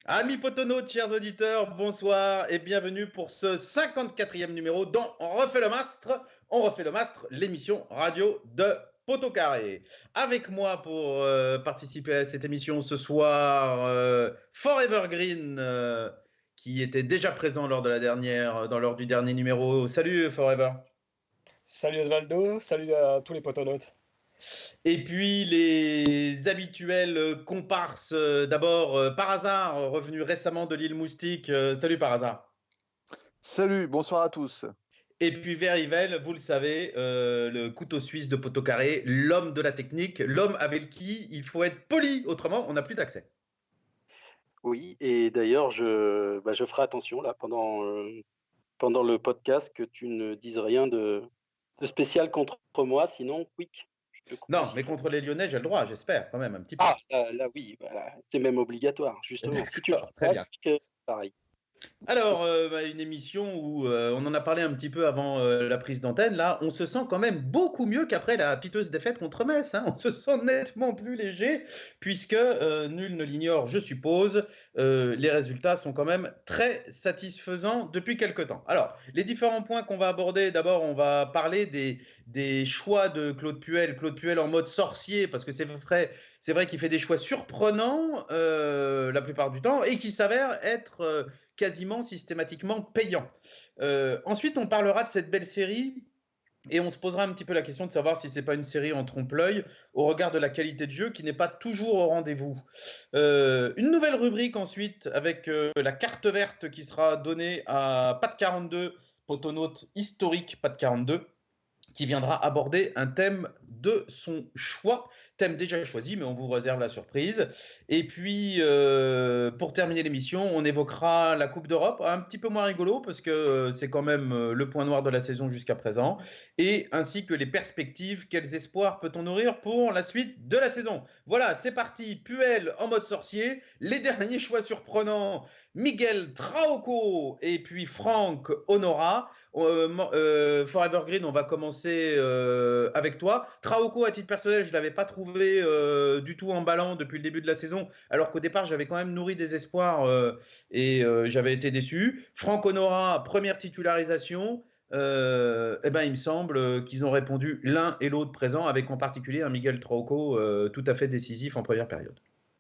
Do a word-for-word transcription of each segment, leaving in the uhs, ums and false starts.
Amis potonautes, chers auditeurs, bonsoir et bienvenue pour ce cinquante-quatrième numéro dont On refait le mastre, On refait le mastre, l'émission radio de Poteau Carré. Avec moi pour euh, participer à cette émission ce soir, euh, Forever Green, euh, qui était déjà présent lors de la dernière, dans lors du dernier numéro. Salut Forever. Salut Osvaldo, salut à tous les potonautes. Et puis les habituels comparses, euh, d'abord euh, par hasard, revenu récemment de l'île Moustique. Euh, salut par hasard. Salut, bonsoir à tous. Et puis vers Yvel, vous le savez, euh, le couteau suisse de Poteau Carré, l'homme de la technique, l'homme avec qui il faut être poli, autrement on n'a plus d'accès. Oui, et d'ailleurs, je, bah, je ferai attention là pendant, euh, pendant le podcast que tu ne dises rien de, de spécial contre moi, sinon, quick. je te coupe Non, aussi. mais contre les Lyonnais, j'ai le droit, j'espère, quand même, un petit peu. Ah, là, là, oui, voilà, c'est même obligatoire, justement. Si tu D'accord, très bien. que, pareil. Alors, euh, bah, une émission où euh, on en a parlé un petit peu avant euh, la prise d'antenne. Là, on se sent quand même beaucoup mieux qu'après la piteuse défaite contre Metz. Hein. On se sent nettement plus léger, puisque, euh, nul ne l'ignore, je suppose, euh, les résultats sont quand même très satisfaisants depuis quelque temps. Alors, les différents points qu'on va aborder, d'abord, on va parler des, des choix de Claude Puel. Claude Puel en mode sorcier, parce que c'est vrai, c'est vrai qu'il fait des choix surprenants euh, la plupart du temps, et qui s'avèrent être... Euh, quasiment systématiquement payant. Euh, ensuite, on parlera de cette belle série et on se posera un petit peu la question de savoir si c'est pas une série en trompe-l'œil au regard de la qualité de jeu qui n'est pas toujours au rendez-vous. Euh, une nouvelle rubrique ensuite avec euh, la carte verte qui sera donnée à Pat quarante-deux, potonaute historique Pat quarante-deux, qui viendra aborder un thème de son choix, thème déjà choisi, mais on vous réserve la surprise. Et puis, euh, pour terminer l'émission, on évoquera la Coupe d'Europe, un petit peu moins rigolo, parce que euh, c'est quand même euh, le point noir de la saison jusqu'à présent, et ainsi que les perspectives, quels espoirs peut-on nourrir pour la suite de la saison. Voilà, c'est parti, Puel en mode sorcier, les derniers choix surprenants, Miguel Trauco, et puis Franck Honora. Euh, euh, Forever Green, on va commencer euh, avec toi. Trauco, à titre personnel, je ne l'avais pas trouvé euh, du tout emballant depuis le début de la saison, alors qu'au départ, j'avais quand même nourri des espoirs euh, et euh, j'avais été déçu. Franck Honora, première titularisation. Euh, eh ben, il me semble qu'ils ont répondu l'un et l'autre présent, avec en particulier un Miguel Trauco euh, tout à fait décisif en première période.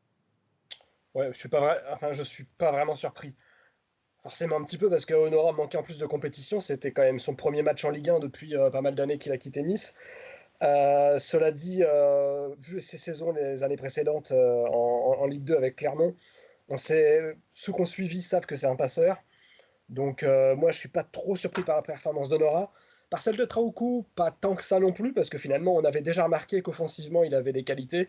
Ouais, je suis pas vrai... enfin, je suis pas vraiment surpris. Forcément un petit peu parce que Honora manquait en plus de compétition. C'était quand même son premier match en Ligue un depuis euh, pas mal d'années qu'il a quitté Nice. Euh, cela dit, euh, vu ses saisons les années précédentes euh, en, en Ligue deux avec Clermont, on sait, ceux qui ont suivi savent que c'est un passeur. Donc euh, moi je suis pas trop surpris par la performance d'Honora. Par celle de Trauco, pas tant que ça non plus, parce que finalement on avait déjà remarqué qu'offensivement il avait des qualités.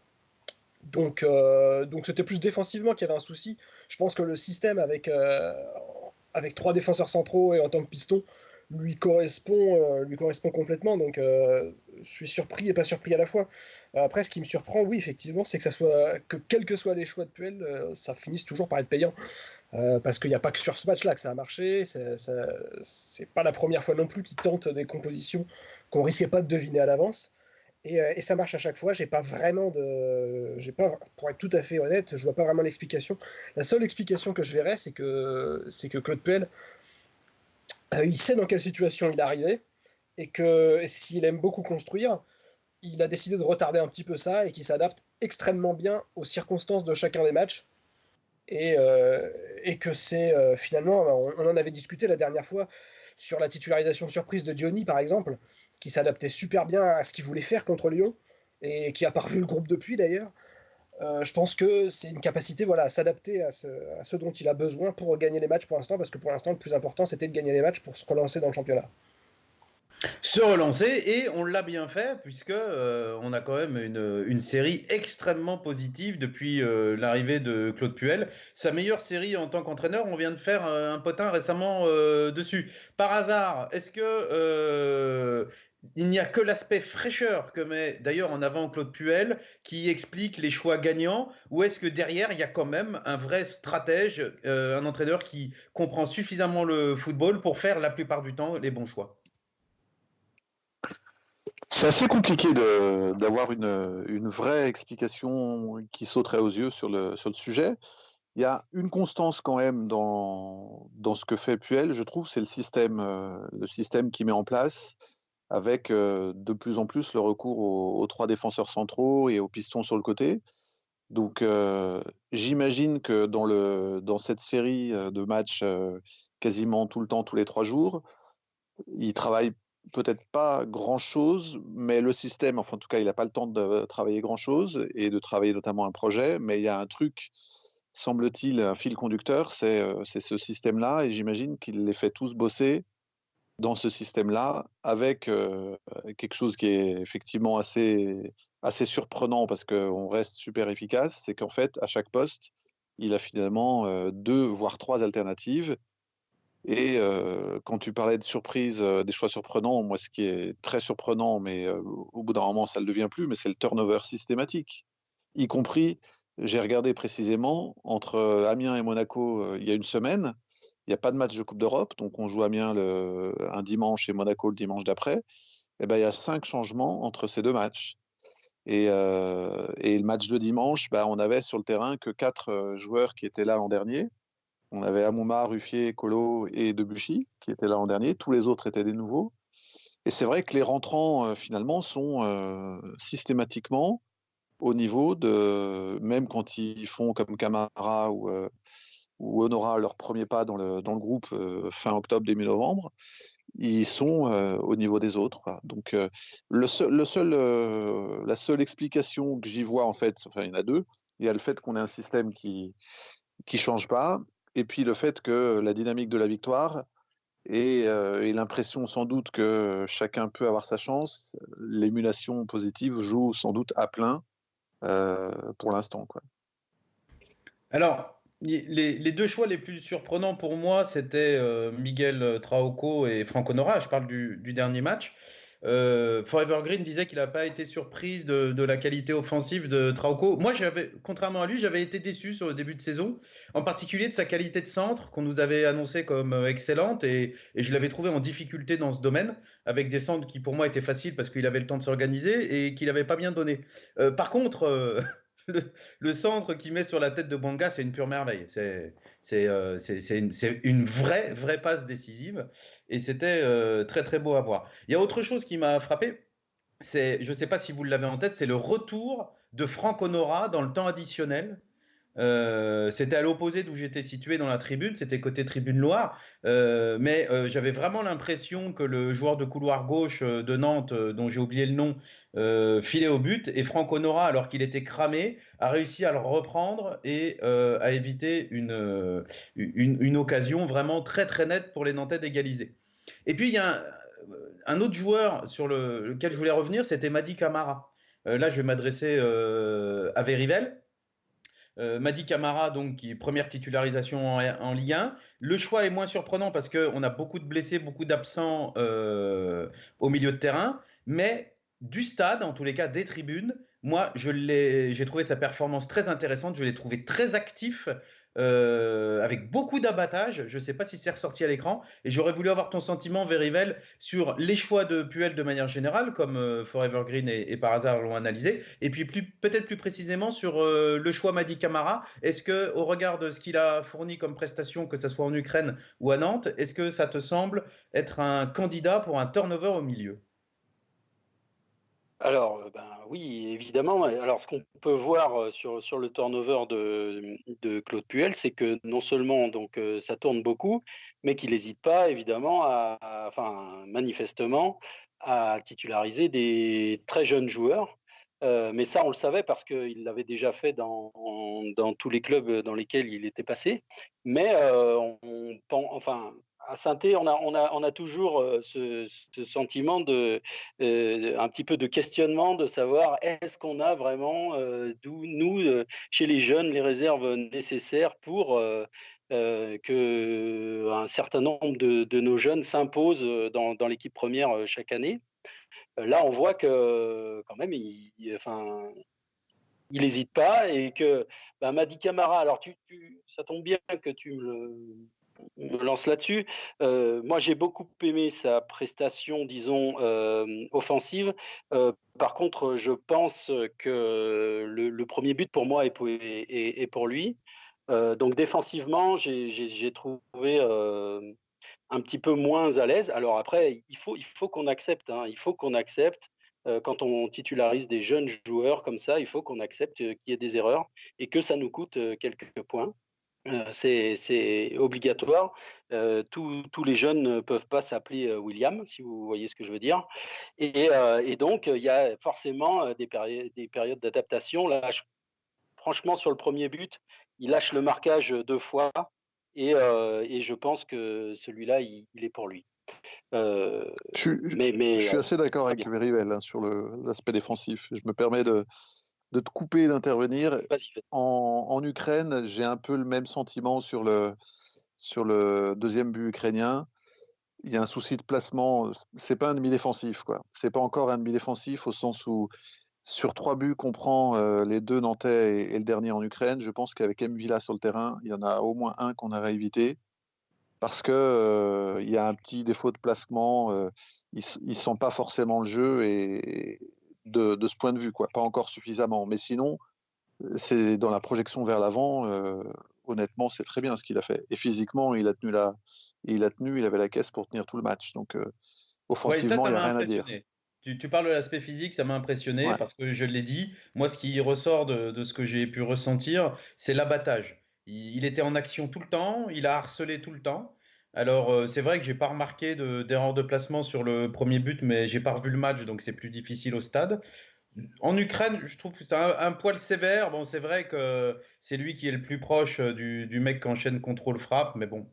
Donc euh, donc c'était plus défensivement qu'il y avait un souci. Je pense que le système avec, euh, avec trois défenseurs centraux et en tant que piston lui correspond, euh, lui correspond complètement. Donc euh, je suis surpris et pas surpris à la fois. Après, ce qui me surprend, oui, effectivement, c'est que ça soit que quels que soient les choix de Puel, euh, ça finisse toujours par être payant. Euh, parce qu'il n'y a pas que sur ce match-là que ça a marché. C'est, c'est, c'est pas la première fois non plus qu'il tente des compositions qu'on risquait pas de deviner à l'avance. Et, euh, et ça marche à chaque fois. J'ai pas vraiment de, j'ai pas, pour être tout à fait honnête, je vois pas vraiment l'explication. La seule explication que je verrais, c'est que c'est que Claude Puel, euh, il sait dans quelle situation il est arrivé et que et s'il aime beaucoup construire, il a décidé de retarder un petit peu ça et qu'il s'adapte extrêmement bien aux circonstances de chacun des matchs. Et, euh, et que c'est euh, finalement, on, on en avait discuté la dernière fois sur la titularisation surprise de Diony par exemple, qui s'adaptait super bien à ce qu'il voulait faire contre Lyon et qui a pas revu le groupe depuis d'ailleurs. Euh, je pense que c'est une capacité voilà, à s'adapter à ce, à ce dont il a besoin pour gagner les matchs pour l'instant, parce que pour l'instant le plus important c'était de gagner les matchs pour se relancer dans le championnat. Se relancer, et on l'a bien fait puisque euh, on a quand même une, une série extrêmement positive depuis euh, l'arrivée de Claude Puel. Sa meilleure série en tant qu'entraîneur, on vient de faire euh, un potin récemment euh, dessus. Par hasard, est-ce que euh, il n'y a que l'aspect fraîcheur que met d'ailleurs en avant Claude Puel qui explique les choix gagnants, ou est-ce que derrière il y a quand même un vrai stratège, euh, un entraîneur qui comprend suffisamment le football pour faire la plupart du temps les bons choix? C'est assez compliqué de, d'avoir une, une vraie explication qui sauterait aux yeux sur le, sur le sujet. il y a une constance quand même dans, dans ce que fait Puel, je trouve, c'est le système, euh, le système qu'il met en place avec euh, de plus en plus le recours aux, aux trois défenseurs centraux et aux pistons sur le côté. Donc, euh, j'imagine que dans, le, dans cette série euh, de matchs euh, quasiment tout le temps, tous les trois jours, il travaille peut-être pas grand-chose, mais le système, enfin en tout cas, il n'a pas le temps de travailler grand-chose et de travailler notamment un projet, mais il y a un truc, semble-t-il, un fil conducteur, c'est euh, c'est ce système-là, et j'imagine qu'il les fait tous bosser dans ce système-là, avec euh, quelque chose qui est effectivement assez, assez surprenant parce qu'on reste super efficace, c'est qu'en fait, à chaque poste, il a finalement euh, deux, voire trois alternatives. Et euh, quand tu parlais de surprise, euh, des choix surprenants, moi, ce qui est très surprenant, mais euh, au bout d'un moment, ça ne le devient plus, mais c'est le turnover systématique. Y compris, j'ai regardé précisément, entre euh, Amiens et Monaco, euh, il y a une semaine, il n'y a pas de match de Coupe d'Europe, donc on joue Amiens le, un dimanche et Monaco le dimanche d'après. Et ben, il y a cinq changements entre ces deux matchs. Et, euh, et le match de dimanche, ben, on avait sur le terrain que quatre euh, joueurs qui étaient là l'an dernier. On avait Amouma, Ruffier, Colo et Debuchy qui étaient là l'an dernier. Tous les autres étaient des nouveaux. Et c'est vrai que les rentrants, euh, finalement, sont euh, systématiquement au niveau de, même quand ils font comme Camara ou, euh, ou Honora leur premier pas dans le, dans le groupe euh, fin octobre, début novembre, ils sont euh, au niveau des autres. Quoi. Donc, euh, le seul, le seul, euh, la seule explication que j'y vois, en fait, enfin, il y en a deux. Il y a le fait qu'on ait un système qui qui ne change pas, et puis le fait que la dynamique de la victoire et, euh, et l'impression sans doute que chacun peut avoir sa chance, l'émulation positive joue sans doute à plein euh, pour l'instant. Quoi. Alors, les, les deux choix les plus surprenants pour moi, c'était euh, Miguel Trauco et Franco Nora. Je parle du, du dernier match. Euh, Forever Green disait qu'il n'a pas été surprise de, de la qualité offensive de Trauco. Moi, j'avais, contrairement à lui, j'avais été déçu sur le début de saison, en particulier de sa qualité de centre qu'on nous avait annoncée comme euh, excellente, et, et je l'avais trouvé en difficulté dans ce domaine, avec des centres qui pour moi étaient faciles parce qu'il avait le temps de s'organiser et qu'il n'avait pas bien donné. Euh, par contre, euh, le, le centre qu'il met sur la tête de Banga, c'est une pure merveille. C'est c'est euh, c'est- c'est une, c'est une vraie, vraie passe décisive. Et c'était euh, très, très beau à voir. Il y a autre chose qui m'a frappé. C'est, je ne sais pas si vous l'avez en tête, c'est le retour de Franck Honora dans le temps additionnel. Euh, c'était à l'opposé d'où j'étais situé dans la tribune, c'était côté tribune Loire, euh, mais euh, j'avais vraiment l'impression que le joueur de couloir gauche euh, de Nantes, euh, dont j'ai oublié le nom, euh, filait au but, et Franck Honora, alors qu'il était cramé, a réussi à le reprendre et euh, à éviter une, euh, une, une occasion vraiment très très nette pour les Nantais d'égaliser. Et puis il y a un, un autre joueur sur le, lequel je voulais revenir, c'était Madi Camara. Euh, là, je vais m'adresser euh, à Verivel. Euh, Madi Camara, donc, qui est première titularisation en, en Ligue un. Le choix est moins surprenant parce qu'on a beaucoup de blessés, beaucoup d'absents euh, au milieu de terrain. Mais du stade, en tous les cas des tribunes, moi, je l'ai, j'ai trouvé sa performance très intéressante. Je l'ai trouvé très actif, euh, avec beaucoup d'abattage. Je ne sais pas si c'est ressorti à l'écran. Et j'aurais voulu avoir ton sentiment, Verivel, sur les choix de Puel de manière générale, comme euh, Forever Green et, et par hasard l'ont analysé. Et puis plus, peut-être plus précisément sur euh, le choix Madi Camara. Est-ce que, au regard de ce qu'il a fourni comme prestation, que ce soit en Ukraine ou à Nantes, est-ce que ça te semble être un candidat pour un turnover au milieu? Alors, euh, ben oui, évidemment. Alors, ce qu'on peut voir euh, sur, sur le turnover de, de Claude Puel, c'est que non seulement donc euh, ça tourne beaucoup, mais qu'il n'hésite pas, évidemment, à, à- enfin, manifestement, à titulariser des très jeunes joueurs. Euh, mais ça, on le savait parce qu'il l'avait déjà fait dans, dans tous les clubs dans lesquels il était passé. Mais euh, on, on pen- enfin, à Saint-Étienne, on a, on a, on a toujours euh, ce, ce sentiment de euh, un petit peu de questionnement de savoir est-ce qu'on a vraiment, euh, d'où, nous, euh, chez les jeunes, les réserves nécessaires pour euh, euh, que un certain nombre de, de nos jeunes s'imposent dans, dans l'équipe première euh, chaque année. Euh, Là, on voit que quand même, il, il- enfin, il n'hésite pas et que bah, Madi Camara, alors tu, tu- ça tombe bien que tu me le me lance là-dessus. Euh, moi, j'ai beaucoup aimé sa prestation, disons, euh, offensive. Euh, par contre, je pense que le, le premier but pour moi est pour, est- est- est pour lui. Euh, donc défensivement, j'ai, j'ai, j'ai trouvé euh, un petit peu moins à l'aise. Alors après, il faut, il faut qu'on accepte, hein, il faut qu'on accepte euh, quand on titularise des jeunes joueurs comme ça, il faut qu'on accepte euh, qu'il y ait des erreurs et que ça nous coûte euh, quelques points. Euh, c'est, c'est obligatoire. Euh, tous, tous les jeunes ne peuvent pas s'appeler euh, William, si vous voyez ce que je veux dire. Et, euh, et donc, il y a forcément euh, des, péri- des périodes d'adaptation. Là, je- franchement, sur le premier but, il lâche le marquage deux fois. Et, euh, et je pense que celui-là, il, il est pour lui. Euh, Je, suis- mais, je mais suis euh, assez d'accord très avec bien. Merivel hein, sur le- l'aspect défensif. Je me permets de, de te couper et d'intervenir. Vas-y, vas-y. En, en Ukraine, j'ai un peu le même sentiment sur le, sur le deuxième but ukrainien. Il y a un souci de placement. C'est pas un demi défensif, quoi. C'est pas encore un demi défensif au sens où sur trois buts qu'on prend, euh, les deux nantais et, et le dernier en Ukraine, je pense qu'avec Mvila sur le terrain, il y en a au moins un qu'on aurait évité parce que euh, il y a un petit défaut de placement. Euh, il, ne sent pas forcément le jeu et de, de ce point de vue, quoi, pas encore suffisamment. Mais sinon, c'est dans la projection vers l'avant. Euh, honnêtement, c'est très bien ce qu'il a fait. Et physiquement, il a tenu la, il a tenu, il avait la caisse pour tenir tout le match. Donc euh, Ouais, ça, offensivement, ça il y a m'a rien à dire. impressionné. Tu, tu parles de l'aspect physique, ça m'a impressionné Ouais. parce que je l'ai dit, moi, ce qui ressort de, de ce que j'ai pu ressentir, c'est l'abattage. Il, il était en action tout le temps, il a harcelé tout le temps. Alors, euh, c'est vrai que j'ai pas remarqué de- d'erreur de placement sur le premier but, mais j'ai pas revu le match, donc c'est plus difficile au stade. En Ukraine, je trouve que c'est un, un poil sévère. Bon, c'est vrai que c'est lui qui est le plus proche euh, du, du mec qui enchaîne contrôle-frappe, mais bon.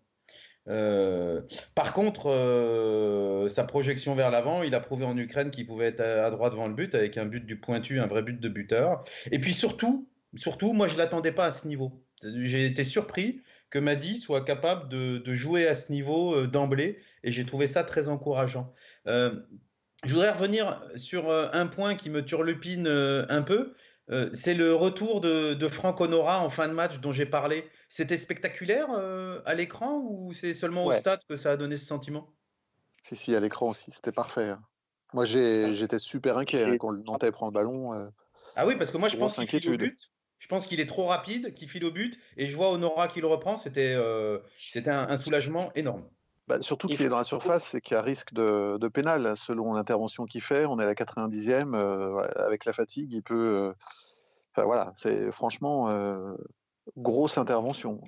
Euh, par contre, euh, sa projection vers l'avant, il a prouvé en Ukraine qu'il pouvait être à, à droit devant le but avec un but du pointu, un vrai but de buteur. Et puis surtout, surtout, moi je l'attendais pas à ce niveau. J'ai été surpris que Madi soit capable de, de jouer à ce niveau euh, d'emblée, et j'ai trouvé ça très encourageant. Euh, je voudrais revenir sur euh, un point qui me turlupine euh, un peu. Euh, c'est le retour de, de Franck Honora en fin de match dont j'ai parlé. C'était spectaculaire euh, à l'écran ou c'est seulement au Ouais. stade que ça a donné ce sentiment? Si, si, à l'écran aussi, c'était parfait, hein. Moi, j'ai, Alors, j'étais super inquiet hein, j'ai- quand le Nantais prend le ballon. euh, Ah oui, parce que moi je pense grosse qu'il file au inquiétude. but. Je pense qu'il est trop rapide, qu'il file au but. Et je vois Honora qui le reprend. C'était euh, c'était un, un soulagement énorme. Bah, surtout il qu'il est faut, dans la surface et qu'il y a risque de, de pénal, selon l'intervention qu'il fait. On est à la quatre-vingt-dixième, euh, ouais, avec la fatigue, il peut. euh, Enfin voilà, c'est franchement euh, grosse intervention.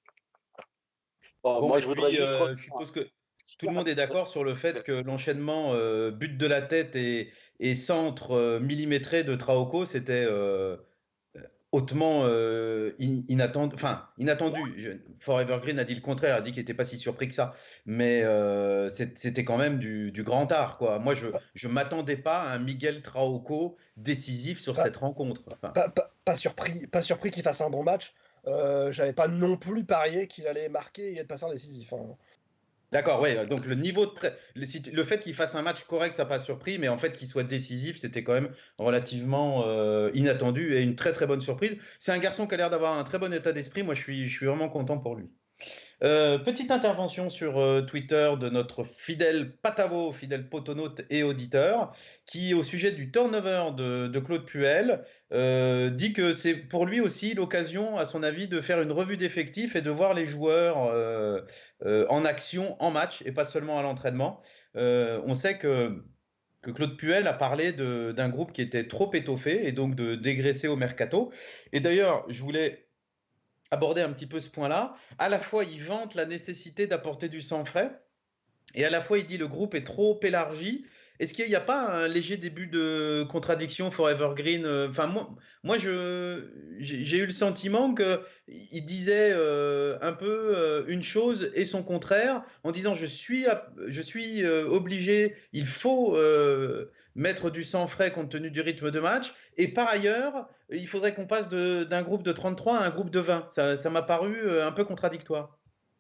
bon, Bon, moi, et je voudrais puis juste euh, revenir je un suppose que tout petit le monde est peu. d'accord sur le fait que l'enchaînement euh, but de la tête et, et centre euh, millimétré de Traoko, c'était euh, hautement euh, in- inattendu. Enfin, inattendu. Je- Forever Green a dit le contraire, a dit qu'il n'était pas si surpris que ça. Mais euh, c'est- c'était quand même du, du grand art, quoi. Moi, je Pas, ne m'attendais pas à un Miguel Traoko décisif sur pas, cette rencontre. Enfin, pas, pas, pas surpris, pas surpris qu'il fasse un bon match. Euh, j'avais pas non plus parié qu'il allait marquer et être passeur décisif, hein. d'accord, ouais. Donc le niveau de pré- le, si tu- le fait qu'il fasse un match correct, ça n'a pas surpris, mais en fait qu'il soit décisif, c'était quand même relativement euh, inattendu et une très très bonne surprise. C'est un garçon qui a l'air d'avoir un très bon état d'esprit. Moi, je suis, je suis vraiment content pour lui. Euh, petite intervention sur euh, Twitter de notre fidèle Patavo, fidèle potonaute et auditeur, qui, au sujet du turnover de, de Claude Puel, euh, dit que c'est pour lui aussi l'occasion, à son avis, de faire une revue d'effectifs et de voir les joueurs euh, euh, en action, en match, et pas seulement à l'entraînement. Euh, on sait que que Claude Puel a parlé de- d'un groupe qui était trop étoffé et donc de dégraisser au mercato. Et d'ailleurs, je voulais aborder un petit peu ce point-là. À la fois, il vante la nécessité d'apporter du sang frais, et à la fois, il dit le groupe est trop élargi. Est-ce qu'il n'y a pas un léger début de contradiction Forever Green? euh, Enfin, moi, moi je, j'ai j'ai eu le sentiment qu'il disait euh, un peu euh, une chose et son contraire, en disant je suis, à- je suis euh, obligé, il faut euh, mettre du sang frais compte tenu du rythme de match, et par ailleurs, il faudrait qu'on passe de- d'un groupe de trente-trois à un groupe de vingt. Ça, ça m'a paru euh, un peu contradictoire.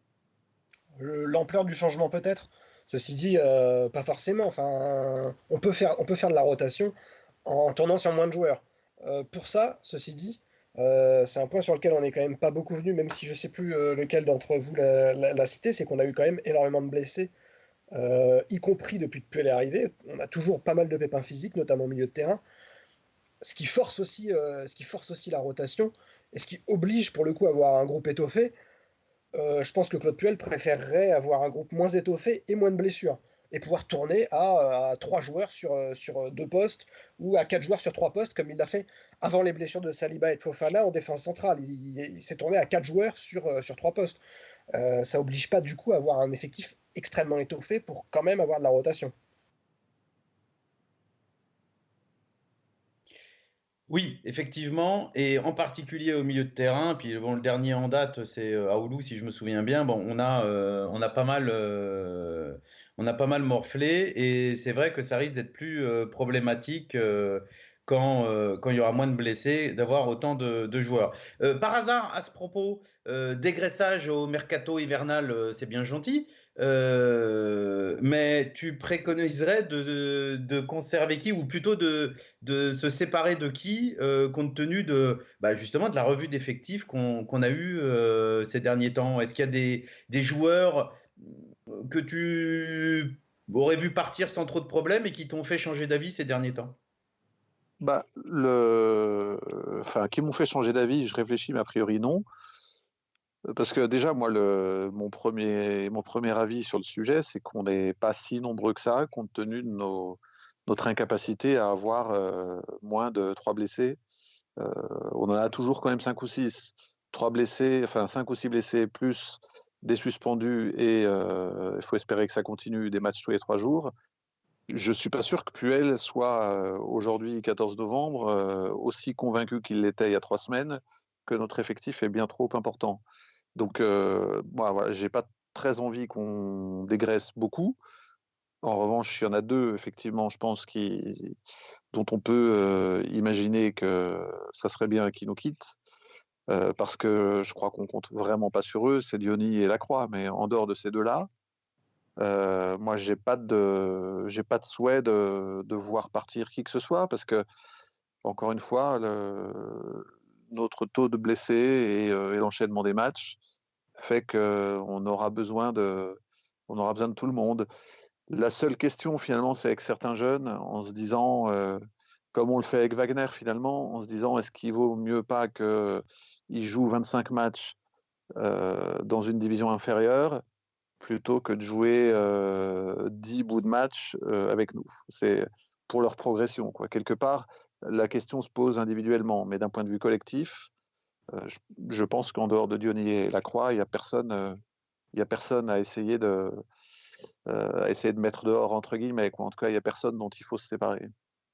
Le- L'ampleur du changement peut-être. Ceci dit, euh, pas forcément. Enfin, on peut faire, on peut faire de la rotation en tournant sur moins de joueurs. Euh, pour ça, ceci dit, euh, c'est un point sur lequel on n'est quand même pas beaucoup venu, même si je sais plus euh, lequel d'entre vous l'a l'a- l'a cité, c'est qu'on a eu quand même énormément de blessés, euh, y compris depuis que Puel est arrivé. On a toujours pas mal de pépins physiques, notamment au milieu de terrain, ce qui force aussi, euh, ce qui force aussi la rotation. et ce qui oblige pour le coup à avoir un groupe étoffé. Euh, je pense que Claude Puel préférerait avoir un groupe moins étoffé et moins de blessures, et pouvoir tourner à, à trois joueurs sur, euh, sur deux postes, ou à quatre joueurs sur trois postes, comme il l'a fait avant les blessures de Saliba et de Fofana en défense centrale. Il, il- il s'est tourné à quatre joueurs sur, euh, sur trois postes. Euh, ça oblige pas du coup à avoir un effectif extrêmement étoffé pour quand même avoir de la rotation. Oui, effectivement, et en particulier au milieu de terrain. Puis bon, le dernier en date, c'est euh, Aoulou, si je me souviens bien. Bon, on a, euh, on a pas mal, euh, on a pas mal morflé, et c'est vrai que ça risque d'être plus euh, problématique euh, quand, euh, quand il y aura moins de blessés, d'avoir autant de, de joueurs. Euh, par hasard, à ce propos, euh, dégraissage au mercato hivernal, euh, c'est bien gentil. Euh, mais tu préconiserais de, de, de conserver qui, ou plutôt de de se séparer de qui, euh, compte tenu de bah, justement de la revue d'effectifs qu'on qu'on a eu euh, ces derniers temps? Est-ce qu'il y a des, des joueurs que tu aurais vu partir sans trop de problèmes et qui t'ont fait changer d'avis ces derniers temps? Bah, le... enfin, qui m'ont fait changer d'avis, je réfléchis, mais a priori non. Parce que déjà, moi, le... mon premier... mon premier avis sur le sujet, c'est qu'on n'est pas si nombreux que ça, compte tenu de nos... notre incapacité à avoir euh, moins de trois blessés. Euh, on en a toujours quand même cinq ou six. Trois blessés, enfin cinq ou six blessés, plus des suspendus, et euh, il faut espérer que ça continue, des matchs tous les trois jours. Je suis pas sûr que Puel soit euh, aujourd'hui, quatorze novembre, euh, aussi convaincu qu'il l'était il y a trois semaines que notre effectif est bien trop important. Donc, euh, moi, voilà, j'ai pas très envie qu'on dégraisse beaucoup. En revanche, il y en a deux, effectivement, je pense, qui, dont on peut euh, imaginer que ça serait bien qu'ils nous quittent, euh, parce que je crois qu'on compte vraiment pas sur eux, c'est Diony et Lacroix. Mais en dehors de ces deux-là, euh, moi, j'ai pas de, j'ai pas de souhait de, de voir partir qui que ce soit, parce que, encore une fois, le, notre taux de blessés et, euh, et l'enchaînement des matchs fait qu'on aura besoin de, on aura besoin de tout le monde. La seule question, finalement, c'est avec certains jeunes, en se disant, euh, comme on le fait avec Wagner, finalement, en se disant, est-ce qu'il vaut mieux pas qu'il joue vingt-cinq matchs euh, dans une division inférieure plutôt que de jouer euh, dix bouts de match euh, avec nous. C'est pour leur progression, quoi. Quelque part, la question se pose individuellement, mais d'un point de vue collectif, euh, je, je pense qu'en dehors de Diony et Lacroix, il n'y a personne, euh, il y a personne à essayer de, euh, à essayer de mettre dehors, entre guillemets, quoi. En tout cas, il n'y a personne dont il faut se séparer.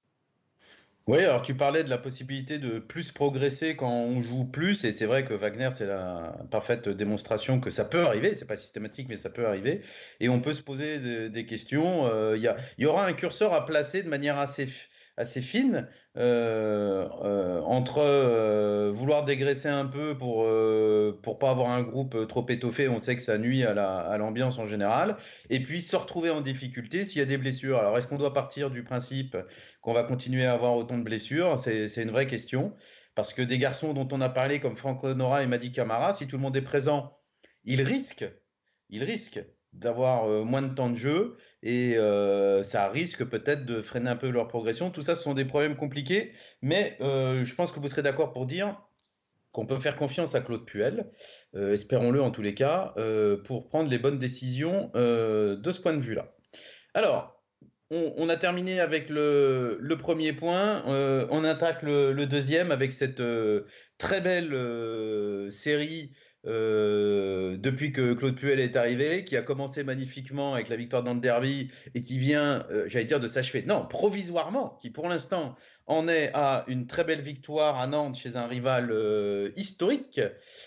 Oui, alors tu parlais de la possibilité de plus progresser quand on joue plus, et c'est vrai que Wagner, c'est la parfaite démonstration que ça peut arriver, c'est pas systématique, mais ça peut arriver, et on peut se poser de- des questions. Euh, Il y a- il y aura un curseur à placer de manière assez, fi- assez fine euh, euh, entre euh, vouloir dégraisser un peu pour, euh, pour pas avoir un groupe trop étoffé, on sait que ça nuit à la, à l'ambiance en général, et puis se retrouver en difficulté s'il y a des blessures. Alors est-ce qu'on doit partir du principe qu'on va continuer à avoir autant de blessures? C'est, c'est une vraie question. Parce que des garçons dont on a parlé, comme Franco Nora et Madi Camara, si tout le monde est présent, ils risquent, ils risquent d'avoir euh, moins de temps de jeu, et euh, ça risque peut-être de freiner un peu leur progression. Tout ça, ce sont des problèmes compliqués, mais euh, je pense que vous serez d'accord pour dire qu'on peut faire confiance à Claude Puel, euh, espérons-le en tous les cas, euh, pour prendre les bonnes décisions euh, de ce point de vue-là. Alors, on, on a terminé avec le, le premier point. Euh, on attaque le, le deuxième avec cette euh, très belle euh, série euh, depuis que Claude Puel est arrivé, qui a commencé magnifiquement avec la victoire dans le derby et qui vient, euh, j'allais dire, de s'achever. Non, provisoirement, qui pour l'instant en est à une très belle victoire à Nantes chez un rival euh, historique.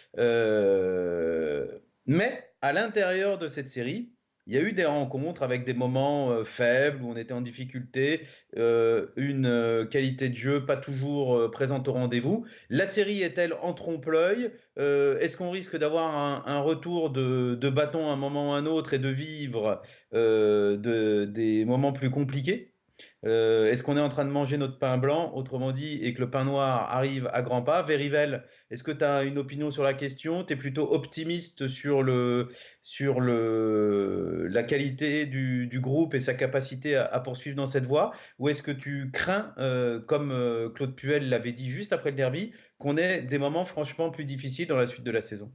Euh, mais à l'intérieur de cette série, il y a eu des rencontres avec des moments euh, faibles où on était en difficulté, euh, une euh, qualité de jeu pas toujours euh, présente au rendez-vous. La série est-elle en trompe-l'œil? Euh, Est-ce qu'on risque d'avoir un, un retour de, de bâton à un moment ou à un autre et de vivre euh, de, des moments plus compliqués? Euh, est-ce qu'on est en train de manger notre pain blanc, autrement dit, et que le pain noir arrive à grands pas? Verivel, est-ce que tu as une opinion sur la question? Tu es plutôt optimiste sur le, sur le, la qualité du, du groupe et sa capacité à, à poursuivre dans cette voie? Ou est-ce que tu crains, euh, comme euh, Claude Puel l'avait dit juste après le derby, qu'on ait des moments franchement plus difficiles dans la suite de la saison?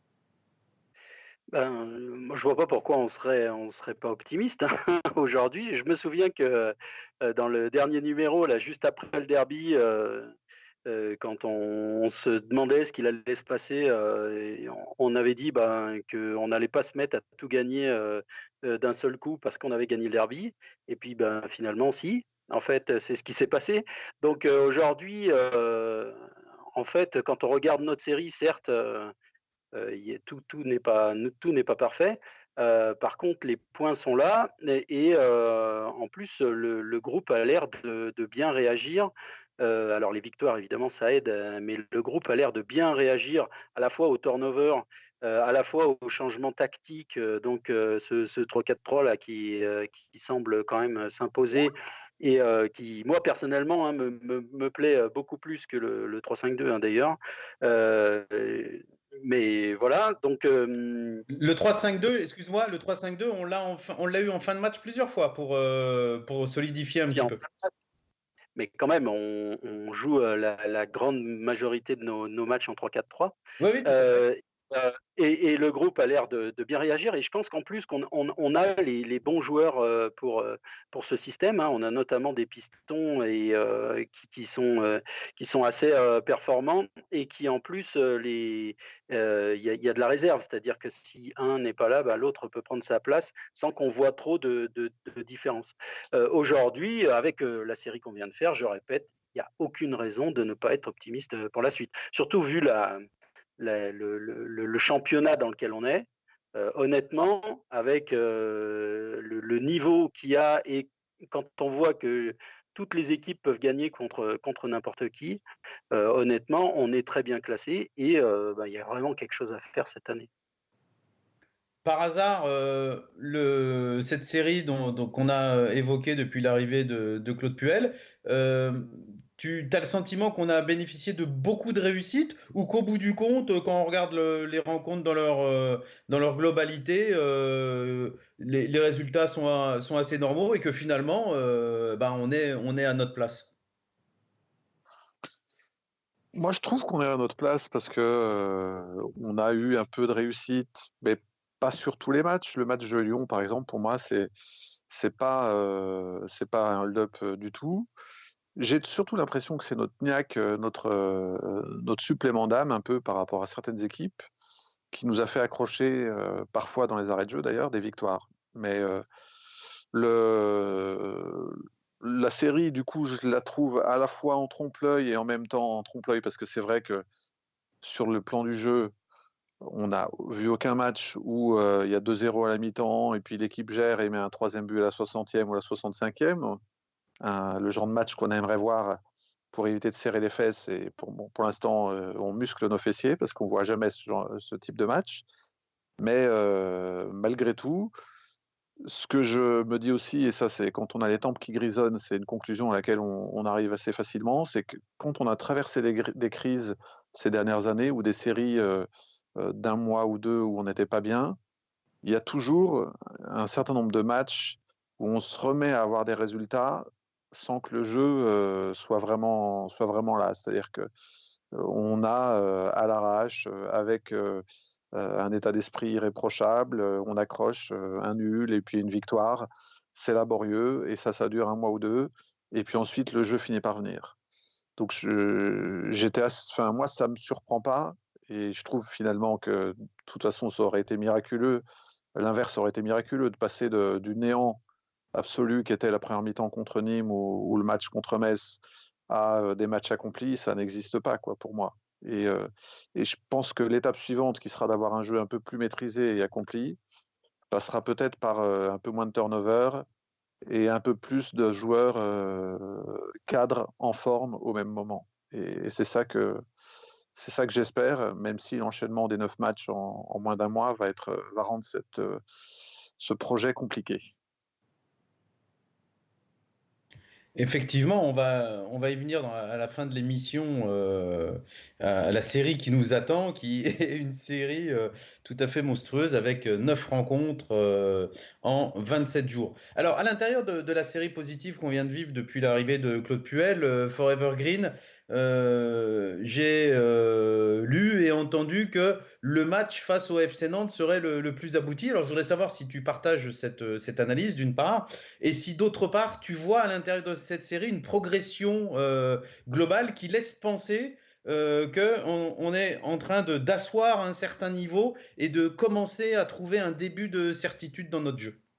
Ben, euh, moi, je vois pas pourquoi on serait, on serait pas optimiste hein, aujourd'hui. Je me souviens que euh, dans le dernier numéro, là, juste après le derby, euh, euh, quand on, on se demandait ce qu'il allait se passer, euh, et on, on avait dit ben, qu'on n'allait pas se mettre à tout gagner euh, euh, d'un seul coup parce qu'on avait gagné le derby. Et puis ben, finalement, si. En fait, c'est ce qui s'est passé. Donc euh, aujourd'hui, euh, en fait, quand on regarde notre série, certes, euh, euh, y a- tout, tout n'est pas, tout n'est pas parfait. Euh, par contre, les points sont là et, et, euh, en plus, le, le groupe a l'air de, de bien réagir. Euh, alors, les victoires, évidemment, ça aide, euh, mais le groupe a l'air de bien réagir à la fois au turnover, euh, à la fois au changement tactique. Euh, donc, euh, ce, ce trois quatre trois là qui, euh, qui semble quand même s'imposer et euh, qui, moi, personnellement, hein, me, me, me plaît beaucoup plus que le, le trois cinq deux hein, d'ailleurs. Euh, mais voilà, donc euh, Le trois cinq deux, excuse-moi, le trois cinq deux, on l'a en fin- on l'a eu en fin de match plusieurs fois pour, euh, pour solidifier un puis petit en peu. mais quand même, on, on joue euh, la, la grande majorité de nos, nos matchs en trois quatre trois. Oui, oui, tout à fait. Euh, euh, et, et le groupe a l'air de, de bien réagir. Et je pense qu'en plus, qu'on on, on a les, les bons joueurs euh, pour, euh, pour ce système. Hein. On a notamment des pistons et, euh, qui, qui, sont, euh, qui sont assez euh, performants et qui, en plus, euh, les, euh, il y, a, il y a de la réserve. C'est-à-dire que si un n'est pas là, bah, l'autre peut prendre sa place sans qu'on voit trop de, de, de différence. Euh, aujourd'hui, avec euh, la série qu'on vient de faire, je répète, il n'y a aucune raison de ne pas être optimiste euh, pour la suite. Surtout vu la, la- le, le- le championnat dans lequel on est. Euh, honnêtement, avec euh, le, le niveau qu'il y a et quand on voit que toutes les équipes peuvent gagner contre, contre n'importe qui, euh, honnêtement, on est très bien classé et euh, bah, il y a vraiment quelque chose à faire cette année. Par hasard, euh, le, cette série dont, dont- qu'on a euh, évoquée depuis l'arrivée de, de Claude Puel, euh, tu as le sentiment qu'on a bénéficié de beaucoup de réussites ou qu'au bout du compte, euh, quand on regarde le- les rencontres dans leur, euh, dans leur globalité, euh, les, les résultats sont, à- sont assez normaux et que finalement, euh, bah, on est, on est à notre place? Moi, je trouve qu'on est à notre place parce que euh, on a eu un peu de réussite, mais pas sur tous les matchs. Le match de Lyon, par exemple, pour moi, c'est c'est pas euh, c'est pas un hold-up euh, du tout. J'ai surtout l'impression que c'est notre niaque, euh, notre euh, notre supplément d'âme un peu par rapport à certaines équipes qui nous a fait accrocher euh, parfois dans les arrêts de jeu d'ailleurs des victoires. Mais euh, le la série, du coup, je la trouve à la fois en trompe-l'œil et en même temps en trompe-l'œil parce que c'est vrai que sur le plan du jeu, on n'a vu aucun match où euh, il y a deux zéro à la mi-temps et puis l'équipe gère et met un troisième but à la soixantième ou à la soixante-cinquième. Un- le genre de match qu'on aimerait voir pour éviter de serrer les fesses. Et pour, bon, pour l'instant, euh, on muscle nos fessiers parce qu'on voit jamais ce, genre- ce type de match. Mais euh, malgré tout, ce que je me dis aussi, et ça c'est quand on a les tempes qui grisonnent, c'est une conclusion à laquelle on, on arrive assez facilement, c'est que quand on a traversé des, gri- des crises ces dernières années ou des séries euh, euh, d'un mois ou deux où on n'était pas bien, il y a toujours un certain nombre de matchs où on se remet à avoir des résultats sans que le jeu euh, soit vraiment, soit vraiment là. C'est-à-dire que euh, on a euh, à l'arrache, euh, avec euh, euh, un état d'esprit irréprochable, euh, on accroche euh, un nul et puis une victoire. C'est laborieux et ça, ça dure un mois ou deux. Et puis ensuite, le jeu finit par venir. Donc, je, j'étais, assez- enfin, moi, ça me surprend pas. Et je trouve finalement que, de toute façon, ça aurait été miraculeux. L'inverse aurait été miraculeux de passer de, du néant absolu qu'était la première mi-temps contre Nîmes ou, ou le match contre Metz à euh, des matchs accomplis. Ça n'existe pas, quoi, pour moi. Et, euh, et je pense que l'étape suivante, qui sera d'avoir un jeu un peu plus maîtrisé et accompli, passera peut-être par euh, un peu moins de turnover et un peu plus de joueurs euh, cadres en forme au même moment. Et, et c'est ça que c'est ça que j'espère, même si l'enchaînement des neuf matchs en, en moins d'un mois va être va rendre cette, euh, ce projet compliqué. Effectivement, on va, on va y venir dans- à la fin de l'émission, euh, à la série qui nous attend, qui est une série euh, tout à fait monstrueuse avec euh, neuf rencontres euh, en vingt-sept jours. Alors, à l'intérieur de, de la série positive qu'on vient de vivre depuis l'arrivée de Claude Puel, euh, Forever Green, euh, j'ai euh, lu et entendu que le match face au F C Nantes serait le, le plus abouti. Alors, je voudrais savoir si tu partages cette, cette analyse, d'une part. Et si d'autre part, tu vois à l'intérieur de cette série une progression euh, globale qui laisse penser euh, qu'on on est en train de, d'asseoir un certain niveau et de commencer à trouver un début de certitude dans notre jeu.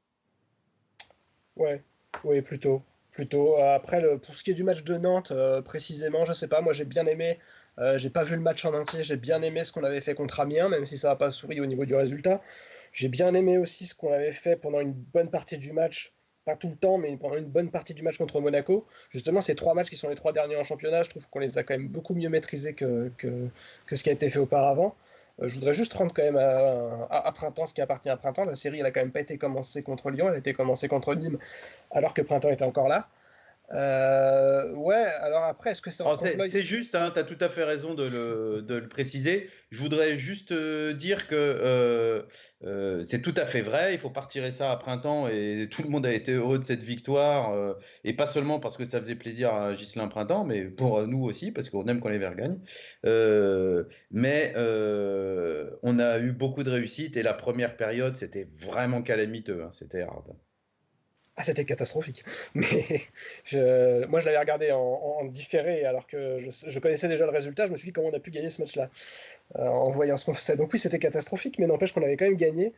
Ouais, oui, plutôt. Plutôt. Euh, Après, le, pour ce qui est du match de Nantes, euh, précisément, je sais pas, moi j'ai bien aimé, euh, j'ai pas vu le match en entier, j'ai bien aimé ce qu'on avait fait contre Amiens, même si ça n'a pas souri au niveau du résultat. J'ai bien aimé aussi ce qu'on avait fait pendant une bonne partie du match, pas tout le temps, mais pendant une bonne partie du match contre Monaco. Justement, ces trois matchs qui sont les trois derniers en championnat, je trouve qu'on les a quand même beaucoup mieux maîtrisés que, que, que ce qui a été fait auparavant. Euh, je voudrais juste rendre quand même à, à, à Printemps ce qui appartient à Printemps. La série, elle a quand même pas été commencée contre Lyon, elle a été commencée contre Nîmes, alors que Printemps était encore là. Euh, ouais, alors après, est-ce que c'est en Alors c'est, trompe-l'œil? c'est juste, hein, tu as tout à fait raison de le, de le préciser. Je voudrais juste euh, dire que euh, euh, c'est tout à fait vrai. Il faut pas retirer ça à Printemps et tout le monde a été heureux de cette victoire. Euh, et pas seulement parce que ça faisait plaisir à Ghislain Printemps, mais pour nous aussi, parce qu'on aime quand les Verts gagnent. Euh, mais euh, on a eu beaucoup de réussite et la première période, c'était vraiment calamiteux, hein, c'était hard. Ah, c'était catastrophique. Mais je, moi, je l'avais regardé en, en différé, alors que je, je connaissais déjà le résultat. Je me suis dit comment on a pu gagner ce match-là, euh, en voyant ce qu'on faisait. Donc oui, c'était catastrophique, mais n'empêche qu'on avait quand même gagné.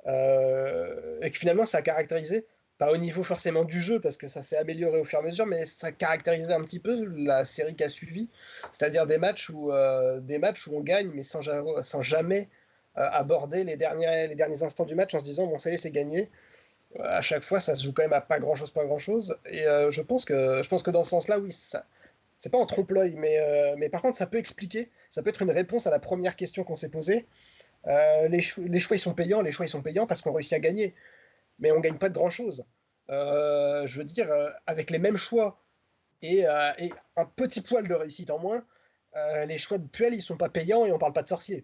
Euh, et que finalement, ça a caractérisé, pas au niveau forcément du jeu, parce que ça s'est amélioré au fur et à mesure, mais ça caractérisait un petit peu la série qui a suivi. C'est-à-dire des matchs où, euh, des matchs où on gagne, mais sans, ja- sans jamais euh, aborder les derniers, les derniers instants du match en se disant, bon, ça y est, c'est gagné. À chaque fois, ça se joue quand même à pas grand-chose, pas grand-chose. Et euh, je pense que, je pense que dans ce sens-là, oui, ça, c'est pas en trompe-l'œil, mais, euh, mais par contre, ça peut expliquer, ça peut être une réponse à la première question qu'on s'est posée. Euh, les, cho- les choix, ils sont payants, les choix, ils sont payants parce qu'on réussit à gagner, mais on gagne pas de grand-chose. Euh, je veux dire, euh, avec les mêmes choix et, euh, et un petit poil de réussite en moins, euh, les choix de Puel, ils sont pas payants et on parle pas de sorcier.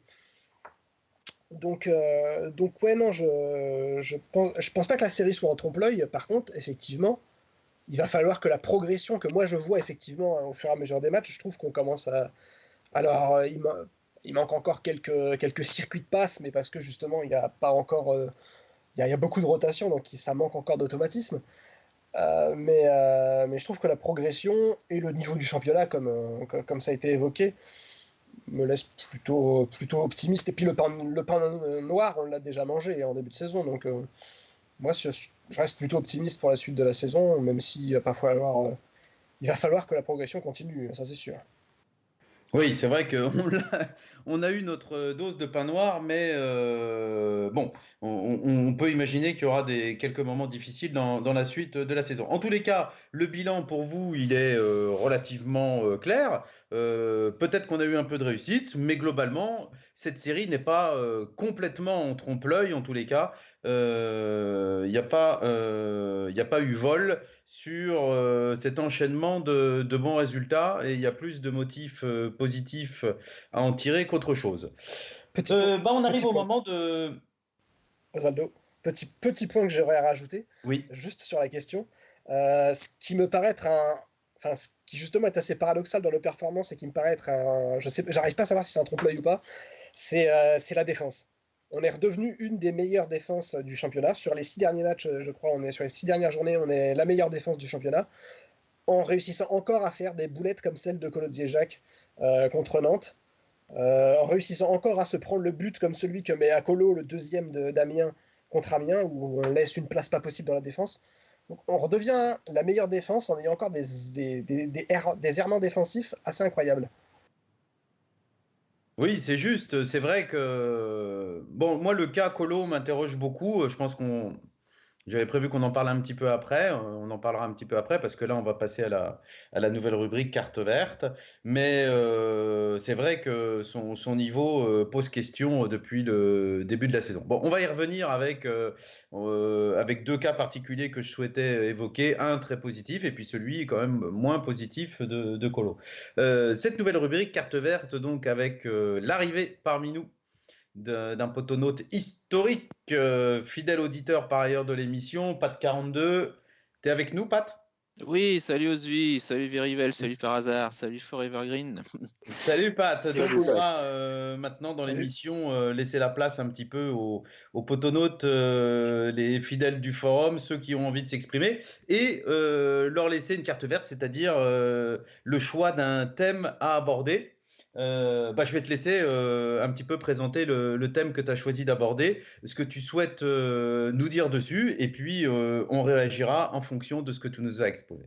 Donc, euh, donc ouais, non, je, je pense, je pense pas que la série soit en trompe-l'œil. Par contre, effectivement, il va falloir que la progression que moi je vois effectivement au fur et à mesure des matchs, je trouve qu'on commence à. Alors, euh, il, ma- il manque encore quelques, quelques circuits de passe, mais parce que justement, il n'y a pas encore. euh, il y, a, il y a beaucoup de rotation, donc ça manque encore d'automatisme. Euh, mais, euh, mais je trouve que la progression et le niveau du championnat, comme, euh, co- comme ça a été évoqué, me laisse plutôt, plutôt optimiste. Et puis le pain, le pain noir, on l'a déjà mangé en début de saison, donc euh, moi je, je reste plutôt optimiste pour la suite de la saison, même si euh, parfois alors, euh, il va falloir que la progression continue, ça c'est sûr. Oui, c'est vrai qu'on l'a- on a eu notre dose de pain noir, mais euh, bon, on, on- on peut imaginer qu'il y aura des, quelques moments difficiles dans, dans la suite de la saison. En tous les cas, le bilan pour vous, il est euh, relativement euh, clair. Euh, peut-être qu'on a eu un peu de réussite, mais globalement, cette série n'est pas euh, complètement en trompe-l'œil, en tous les cas. Euh, Il n'y a pas, euh, il y a pas eu vol sur euh, cet enchaînement de, de bons résultats et il y a plus de motifs euh, positifs à en tirer qu'autre chose. Petit, po- Euh, bah, on arrive petit au point, moment de... Osvaldo, petit, petit point que j'aurais à rajouter, Oui, juste sur la question. Euh, ce qui me paraît être un. Enfin, ce qui justement est assez paradoxal dans nos performances et qui me paraît être un. Je sais, j'arrive pas à savoir si c'est un trompe-l'œil ou pas, c'est euh, c'est la défense. On est redevenu une des meilleures défenses du championnat. Sur les six derniers matchs, je crois, on est sur les six dernières journées, on est la meilleure défense du championnat, en réussissant encore à faire des boulettes comme celle de Colodziejczak euh, contre Nantes, euh, en réussissant encore à se prendre le but comme celui que met à Colo, le deuxième de d'Amiens contre Amiens, où on laisse une place pas possible dans la défense. Donc on redevient la meilleure défense en ayant encore des, des, des, des, err- des errements défensifs assez incroyables. oui, c'est juste. C'est vrai que... Bon, moi, le cas Colo m'interroge beaucoup. Je pense qu'on J'avais prévu qu'on en parle un petit peu après, euh, on en parlera un petit peu après parce que là on va passer à la, à la nouvelle rubrique carte verte. Mais euh, c'est vrai que son, son niveau euh, pose question depuis le début de la saison. Bon, on va y revenir avec, euh, euh, avec deux cas particuliers que je souhaitais évoquer, un très positif et puis celui quand même moins positif de, de Colo. Euh, cette nouvelle rubrique carte verte donc avec euh, l'arrivée parmi nous d'un potonaute historique, euh, fidèle auditeur par ailleurs de l'émission, Pat quarante-deux. T'es avec nous, Pat? Oui, salut Ozzy, salut Verivel, salut par hasard, salut Forever Green. Salut Pat, donc Salut, on Pat. va euh, maintenant dans Salut. l'émission euh, laisser la place un petit peu aux, aux potonautes, euh, les fidèles du forum, ceux qui ont envie de s'exprimer, et euh, leur laisser une carte verte, c'est-à-dire euh, le choix d'un thème à aborder. Euh, bah, je vais te laisser euh, un petit peu présenter le, le thème que tu as choisi d'aborder, ce que tu souhaites euh, nous dire dessus, et puis euh, on réagira en fonction de ce que tu nous as exposé.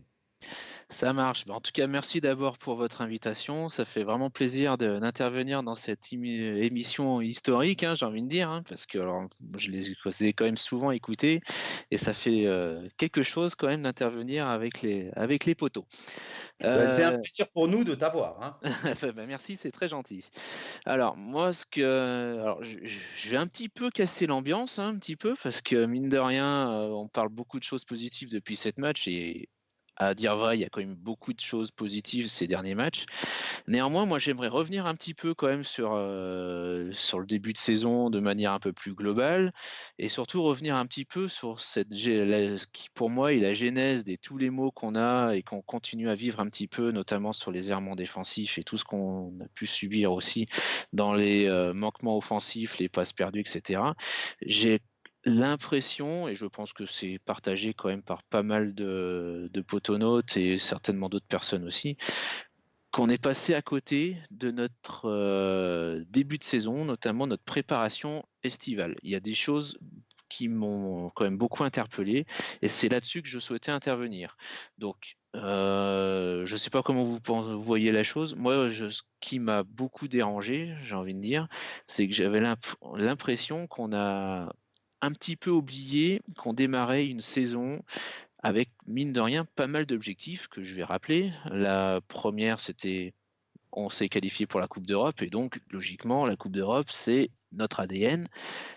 Ça marche. En tout cas, merci d'abord pour votre invitation. Ça fait vraiment plaisir de- d'intervenir dans cette émi- émission historique, hein, j'ai envie de dire, hein, parce que alors, je les ai quand même souvent écoutés et ça fait euh, quelque chose quand même d'intervenir avec les, avec les poteaux. Bah, c'est un Euh, plaisir pour nous de t'avoir, hein. bah, merci, c'est très gentil. Alors, moi, ce que. Alors, je, je vais un petit peu casser l'ambiance, hein, un petit peu, parce que mine de rien, euh, on parle beaucoup de choses positives depuis cette match et. À dire vrai, il y a quand même beaucoup de choses positives ces derniers matchs. Néanmoins, moi, j'aimerais revenir un petit peu quand même sur, euh, sur le début de saison de manière un peu plus globale et surtout revenir un petit peu sur cette, gé- la- ce qui pour moi est la genèse de tous les maux qu'on a et qu'on continue à vivre un petit peu, notamment sur les errements défensifs et tout ce qu'on a pu subir aussi dans les euh, manquements offensifs, les passes perdues, et cetera. J'ai l'impression, et je pense que c'est partagé quand même par pas mal de, de potonautes et certainement d'autres personnes aussi, qu'on est passé à côté de notre euh, début de saison, notamment notre préparation estivale. Il y a des choses qui m'ont quand même beaucoup interpellé et c'est là-dessus que je souhaitais intervenir. Donc, euh, je ne sais pas comment vous, pensez, vous voyez la chose. Moi, je, ce qui m'a beaucoup dérangé, j'ai envie de dire, c'est que j'avais l'imp- l'impression qu'on a un petit peu oublié qu'on démarrait une saison avec, mine de rien, pas mal d'objectifs que je vais rappeler. La première, c'était on s'est qualifié pour la Coupe d'Europe et donc, logiquement, la Coupe d'Europe, c'est notre A D N.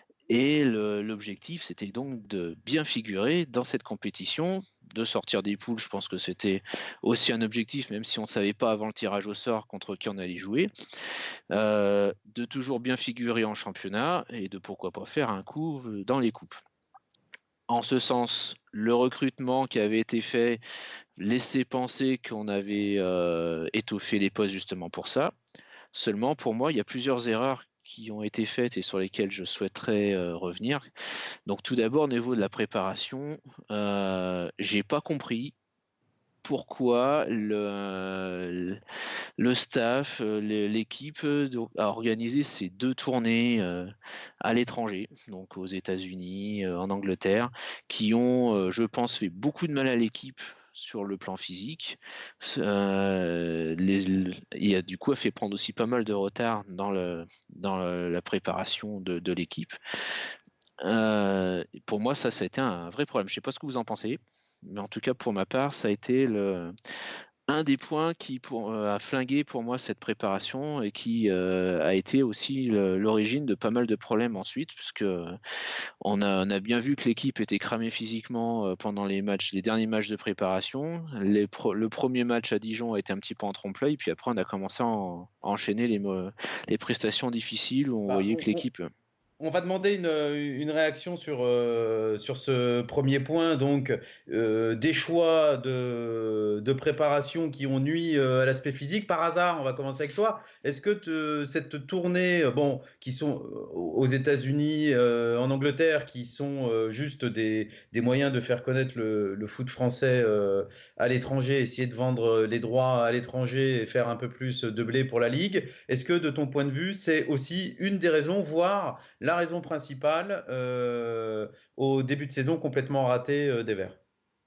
Et le- l'objectif, c'était donc de bien figurer dans cette compétition, de sortir des poules. Je pense que c'était aussi un objectif, même si on ne savait pas avant le tirage au sort contre qui on allait jouer, euh, de toujours bien figurer en championnat et de pourquoi pas faire un coup dans les coupes. En ce sens, le recrutement qui avait été fait laissait penser qu'on avait euh, étoffé les postes justement pour ça. Seulement, pour moi, il y a plusieurs erreurs qui ont été faites et sur lesquelles je souhaiterais euh, revenir. Donc, tout d'abord, au niveau de la préparation, euh, j'ai pas compris pourquoi le, le staff, euh, l'équipe euh, a organisé ces deux tournées euh, à l'étranger, donc aux États-Unis, euh, en Angleterre, qui ont, euh, je pense, fait beaucoup de mal à l'équipe sur le plan physique. Euh, les, il a du coup a fait prendre aussi pas mal de retard dans, le, dans le, la préparation de, de l'équipe. Euh, pour moi, ça, ça a été un vrai problème. Je ne sais pas ce que vous en pensez, mais en tout cas, pour ma part, ça a été le, un des points qui pour, euh, a flingué pour moi cette préparation et qui euh, a été aussi le- l'origine de pas mal de problèmes ensuite, puisque on a, on a bien vu que l'équipe était cramée physiquement euh, pendant les matchs, les derniers matchs de préparation. Les pro- le premier match à Dijon a été un petit peu en trompe-l'œil, puis après on a commencé à, en- à enchaîner les, mo- les prestations difficiles où on Bah, voyait on, que on- l'équipe. on va demander une, une réaction sur, euh, sur ce premier point, donc euh, des choix de, de préparation qui ont nui euh, à l'aspect physique. Par hasard, on va commencer avec toi. Est-ce que te- cette tournée, euh, bon, qui sont euh, aux États-Unis, euh, en Angleterre, qui sont euh, juste des, des moyens de faire connaître le, le foot français euh, à l'étranger, essayer de vendre les droits à l'étranger et faire un peu plus de blé pour la Ligue, est-ce que de ton point de vue, c'est aussi une des raisons, voire la raison principale euh, au début de saison complètement raté euh, des Verts?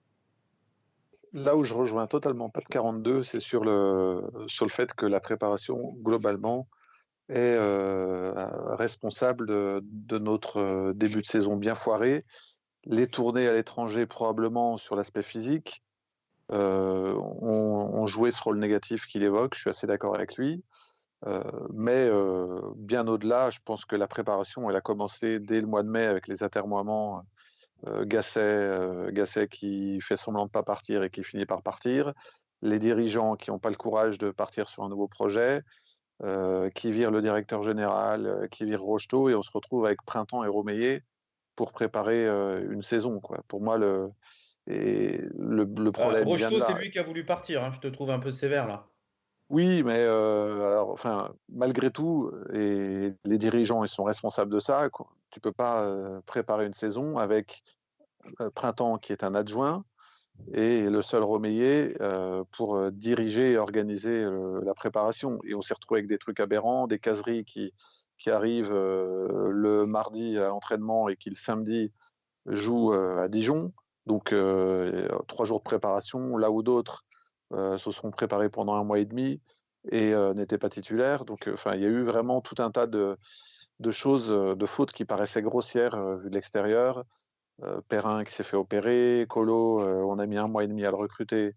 Là où je rejoins totalement Pat quarante-deux, c'est sur le, sur le fait que la préparation, globalement, est euh, responsable de, de notre euh, début de saison bien foiré les tournées à l'étranger, probablement sur l'aspect physique, euh, ont, ont joué ce rôle négatif qu'il évoque. Je suis assez d'accord avec lui. Euh, mais euh, bien au-delà, je pense que la préparation, elle a commencé dès le mois de mai avec les atermoiements. Euh, Gasset, euh, Gasset qui fait semblant de ne pas partir et qui finit par partir. Les dirigeants qui n'ont pas le courage de partir sur un nouveau projet, euh, qui virent le directeur général, euh, qui virent Rocheteau, et on se retrouve avec Printemps et Romeyer pour préparer euh, une saison, quoi. Pour moi, le, et le, le Euh, problème vient de Rocheteau, c'est là. lui qui a voulu partir, hein. Je te trouve un peu sévère là. Oui, mais euh, alors, enfin, malgré tout, et les dirigeants, ils sont responsables de ça. Quoi. Tu peux pas euh, préparer une saison avec euh, Printemps qui est un adjoint et le seul Romeyer euh, pour euh, diriger et organiser euh, la préparation. Et on s'est retrouvé avec des trucs aberrants, des caseries qui, qui arrivent euh, le mardi à l'entraînement et qui le samedi jouent euh, à Dijon. Donc euh, trois jours de préparation, là où d'autres euh, se sont préparés pendant un mois et demi et euh, n'étaient pas titulaires. Donc enfin, il y a eu vraiment tout un tas de, de choses, de fautes qui paraissaient grossières euh, vu de l'extérieur. Euh, Perrin qui s'est fait opérer, Colo, euh, on a mis un mois et demi à le recruter.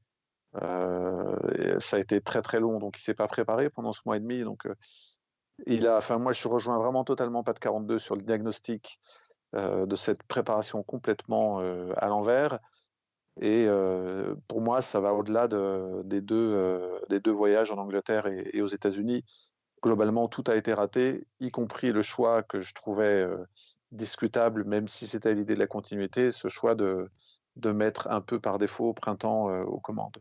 Euh, et ça a été très très long, donc il s'est pas préparé pendant ce mois et demi. Donc euh, il a, enfin moi je rejoins vraiment totalement Pat quarante-deux sur le diagnostic euh, de cette préparation complètement euh, à l'envers. Et euh, pour moi, ça va au-delà de, des, deux, euh, des deux voyages en Angleterre et, et aux États-Unis. Globalement, tout a été raté, y compris le choix que je trouvais euh, discutable, même si c'était l'idée de la continuité, ce choix de, de mettre un peu par défaut au printemps euh, aux commandes.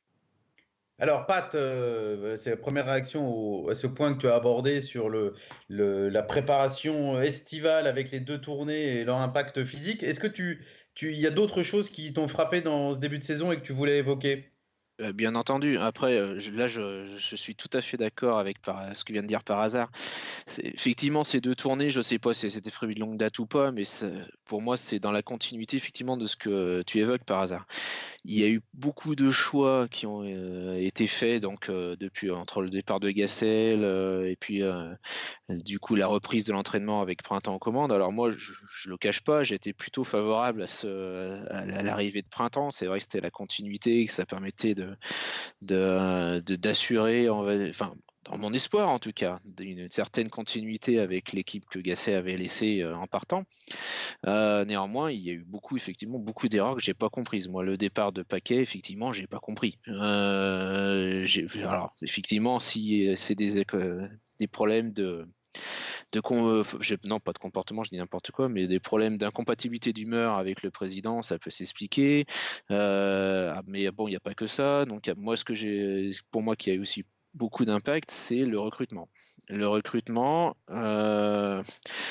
Alors, Pat, euh, c'est la première réaction au- à ce point que tu as abordé sur le, le- la préparation estivale avec les deux tournées et leur impact physique. Est-ce que tu, tu, il y a d'autres choses qui t'ont frappé dans ce début de saison et que tu voulais évoquer? Euh, Bien entendu. Après, euh, je- là, je, je suis tout à fait d'accord avec par- ce que vient de dire par hasard. C'est- Effectivement, ces deux tournées, je ne sais pas si c'était prévu de longue date ou pas, mais c'est- pour moi, c'est dans la continuité effectivement de ce que tu évoques par hasard. Il y a eu beaucoup de choix qui ont euh, été faits donc euh, depuis entre le départ de Gassel euh, et puis euh, du coup la reprise de l'entraînement avec Printemps en commande. Alors moi, je, je le cache pas, j'étais plutôt favorable à, ce, à l'arrivée de Printemps. C'est vrai que c'était la continuité, que ça permettait de de, de- d'assurer, on va- enfin dans mon espoir en tout cas, une certaine continuité avec l'équipe que Gasset avait laissée euh, en partant. Euh, néanmoins, il y a eu beaucoup, effectivement, beaucoup d'erreurs que j'ai pas comprises. Moi, le départ de Paquet, effectivement, j'ai pas compris. Euh, j'ai- alors, effectivement, si c'est des, euh, des problèmes de, de con- euh, je- non, pas de comportement, je dis n'importe quoi, mais des problèmes d'incompatibilité d'humeur avec le président, ça peut s'expliquer. Euh, ah, mais bon, il n'y a pas que ça. Donc, moi, ce que j'ai, pour moi, qui a eu aussi beaucoup d'impact, c'est le recrutement. Le recrutement, euh,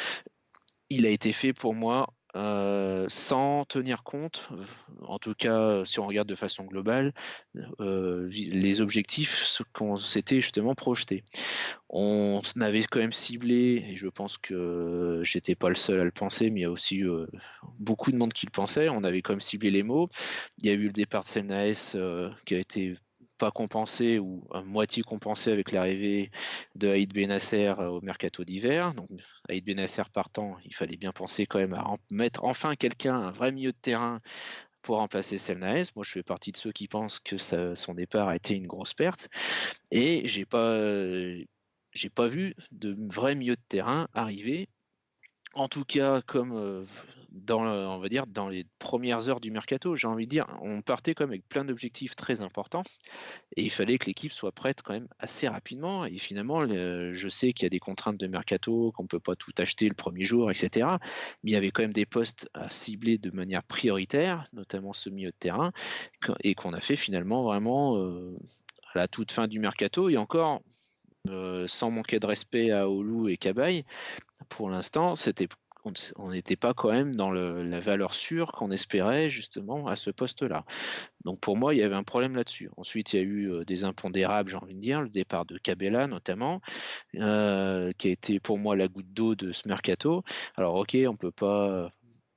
il a été fait pour moi euh, sans tenir compte, en tout cas si on regarde de façon globale, euh, les objectifs ce qu'on s'était justement projeté. On avait quand même ciblé, et je pense que j'étais pas le seul à le penser, mais il y a aussi euh, beaucoup de monde qui le pensait, on avait quand même ciblé les mots. Il y a eu le départ de Selnaes euh, qui a été pas compensé ou à moitié compensé avec l'arrivée de Haït Benasser au mercato d'hiver. Donc Haït Benasser partant, il fallait bien penser quand même à mettre enfin quelqu'un, un vrai milieu de terrain pour remplacer Selnaes. Moi, je fais partie de ceux qui pensent que ça, son départ a été une grosse perte. Et j'ai pas, euh, j'ai pas vu de vrai milieu de terrain arriver. En tout cas, comme euh, dans, le- on va dire, dans les premières heures du mercato, j'ai envie de dire, on partait quand même avec plein d'objectifs très importants et il fallait que l'équipe soit prête quand même assez rapidement. Et finalement, le- je sais qu'il y a des contraintes de mercato, qu'on ne peut pas tout acheter le premier jour, et cetera. Mais il y avait quand même des postes à cibler de manière prioritaire, notamment ce milieu de terrain, et qu'on a fait finalement vraiment euh, à la toute fin du mercato. Et encore, euh, sans manquer de respect à Olu et Cabaye, pour l'instant, c'était on n'était pas quand même dans le, la valeur sûre qu'on espérait justement à ce poste-là. Donc pour moi, il y avait un problème là-dessus. Ensuite, il y a eu euh, des impondérables, j'ai envie de dire, le départ de Cabella notamment, euh, qui a été pour moi la goutte d'eau de ce mercato. Alors ok, on ne peut pas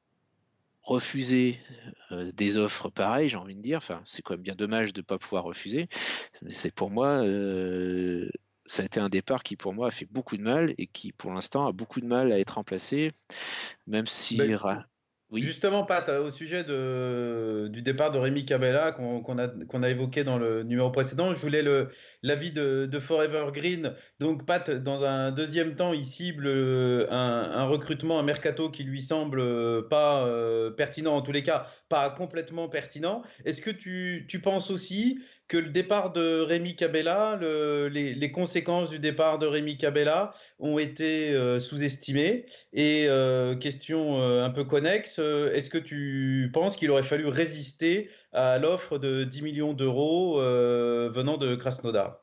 refuser euh, des offres pareilles, j'ai envie de dire. Enfin, c'est quand même bien dommage de ne pas pouvoir refuser. C'est pour moi, euh, ça a été un départ qui pour moi a fait beaucoup de mal et qui pour l'instant a beaucoup de mal à être remplacé, même si... Ben, ra- Oui. Justement, Pat, au sujet de, du départ de Rémi Cabella qu'on qu'on a, qu'on a évoqué dans le numéro précédent, je voulais le, l'avis de, de Forever Green. Donc, Pat, dans un deuxième temps, il cible euh, un, un recrutement, un mercato qui lui semble euh, pas euh, pertinent, en tous les cas, pas complètement pertinent. Est-ce que tu, tu penses aussi que le départ de Rémi Cabella, le- les, les conséquences du départ de Rémi Cabella ont été euh, sous-estimées? Et euh, question euh, un peu connexe, euh, est-ce que tu penses qu'il aurait fallu résister à l'offre de dix millions d'euros euh, venant de Krasnodar?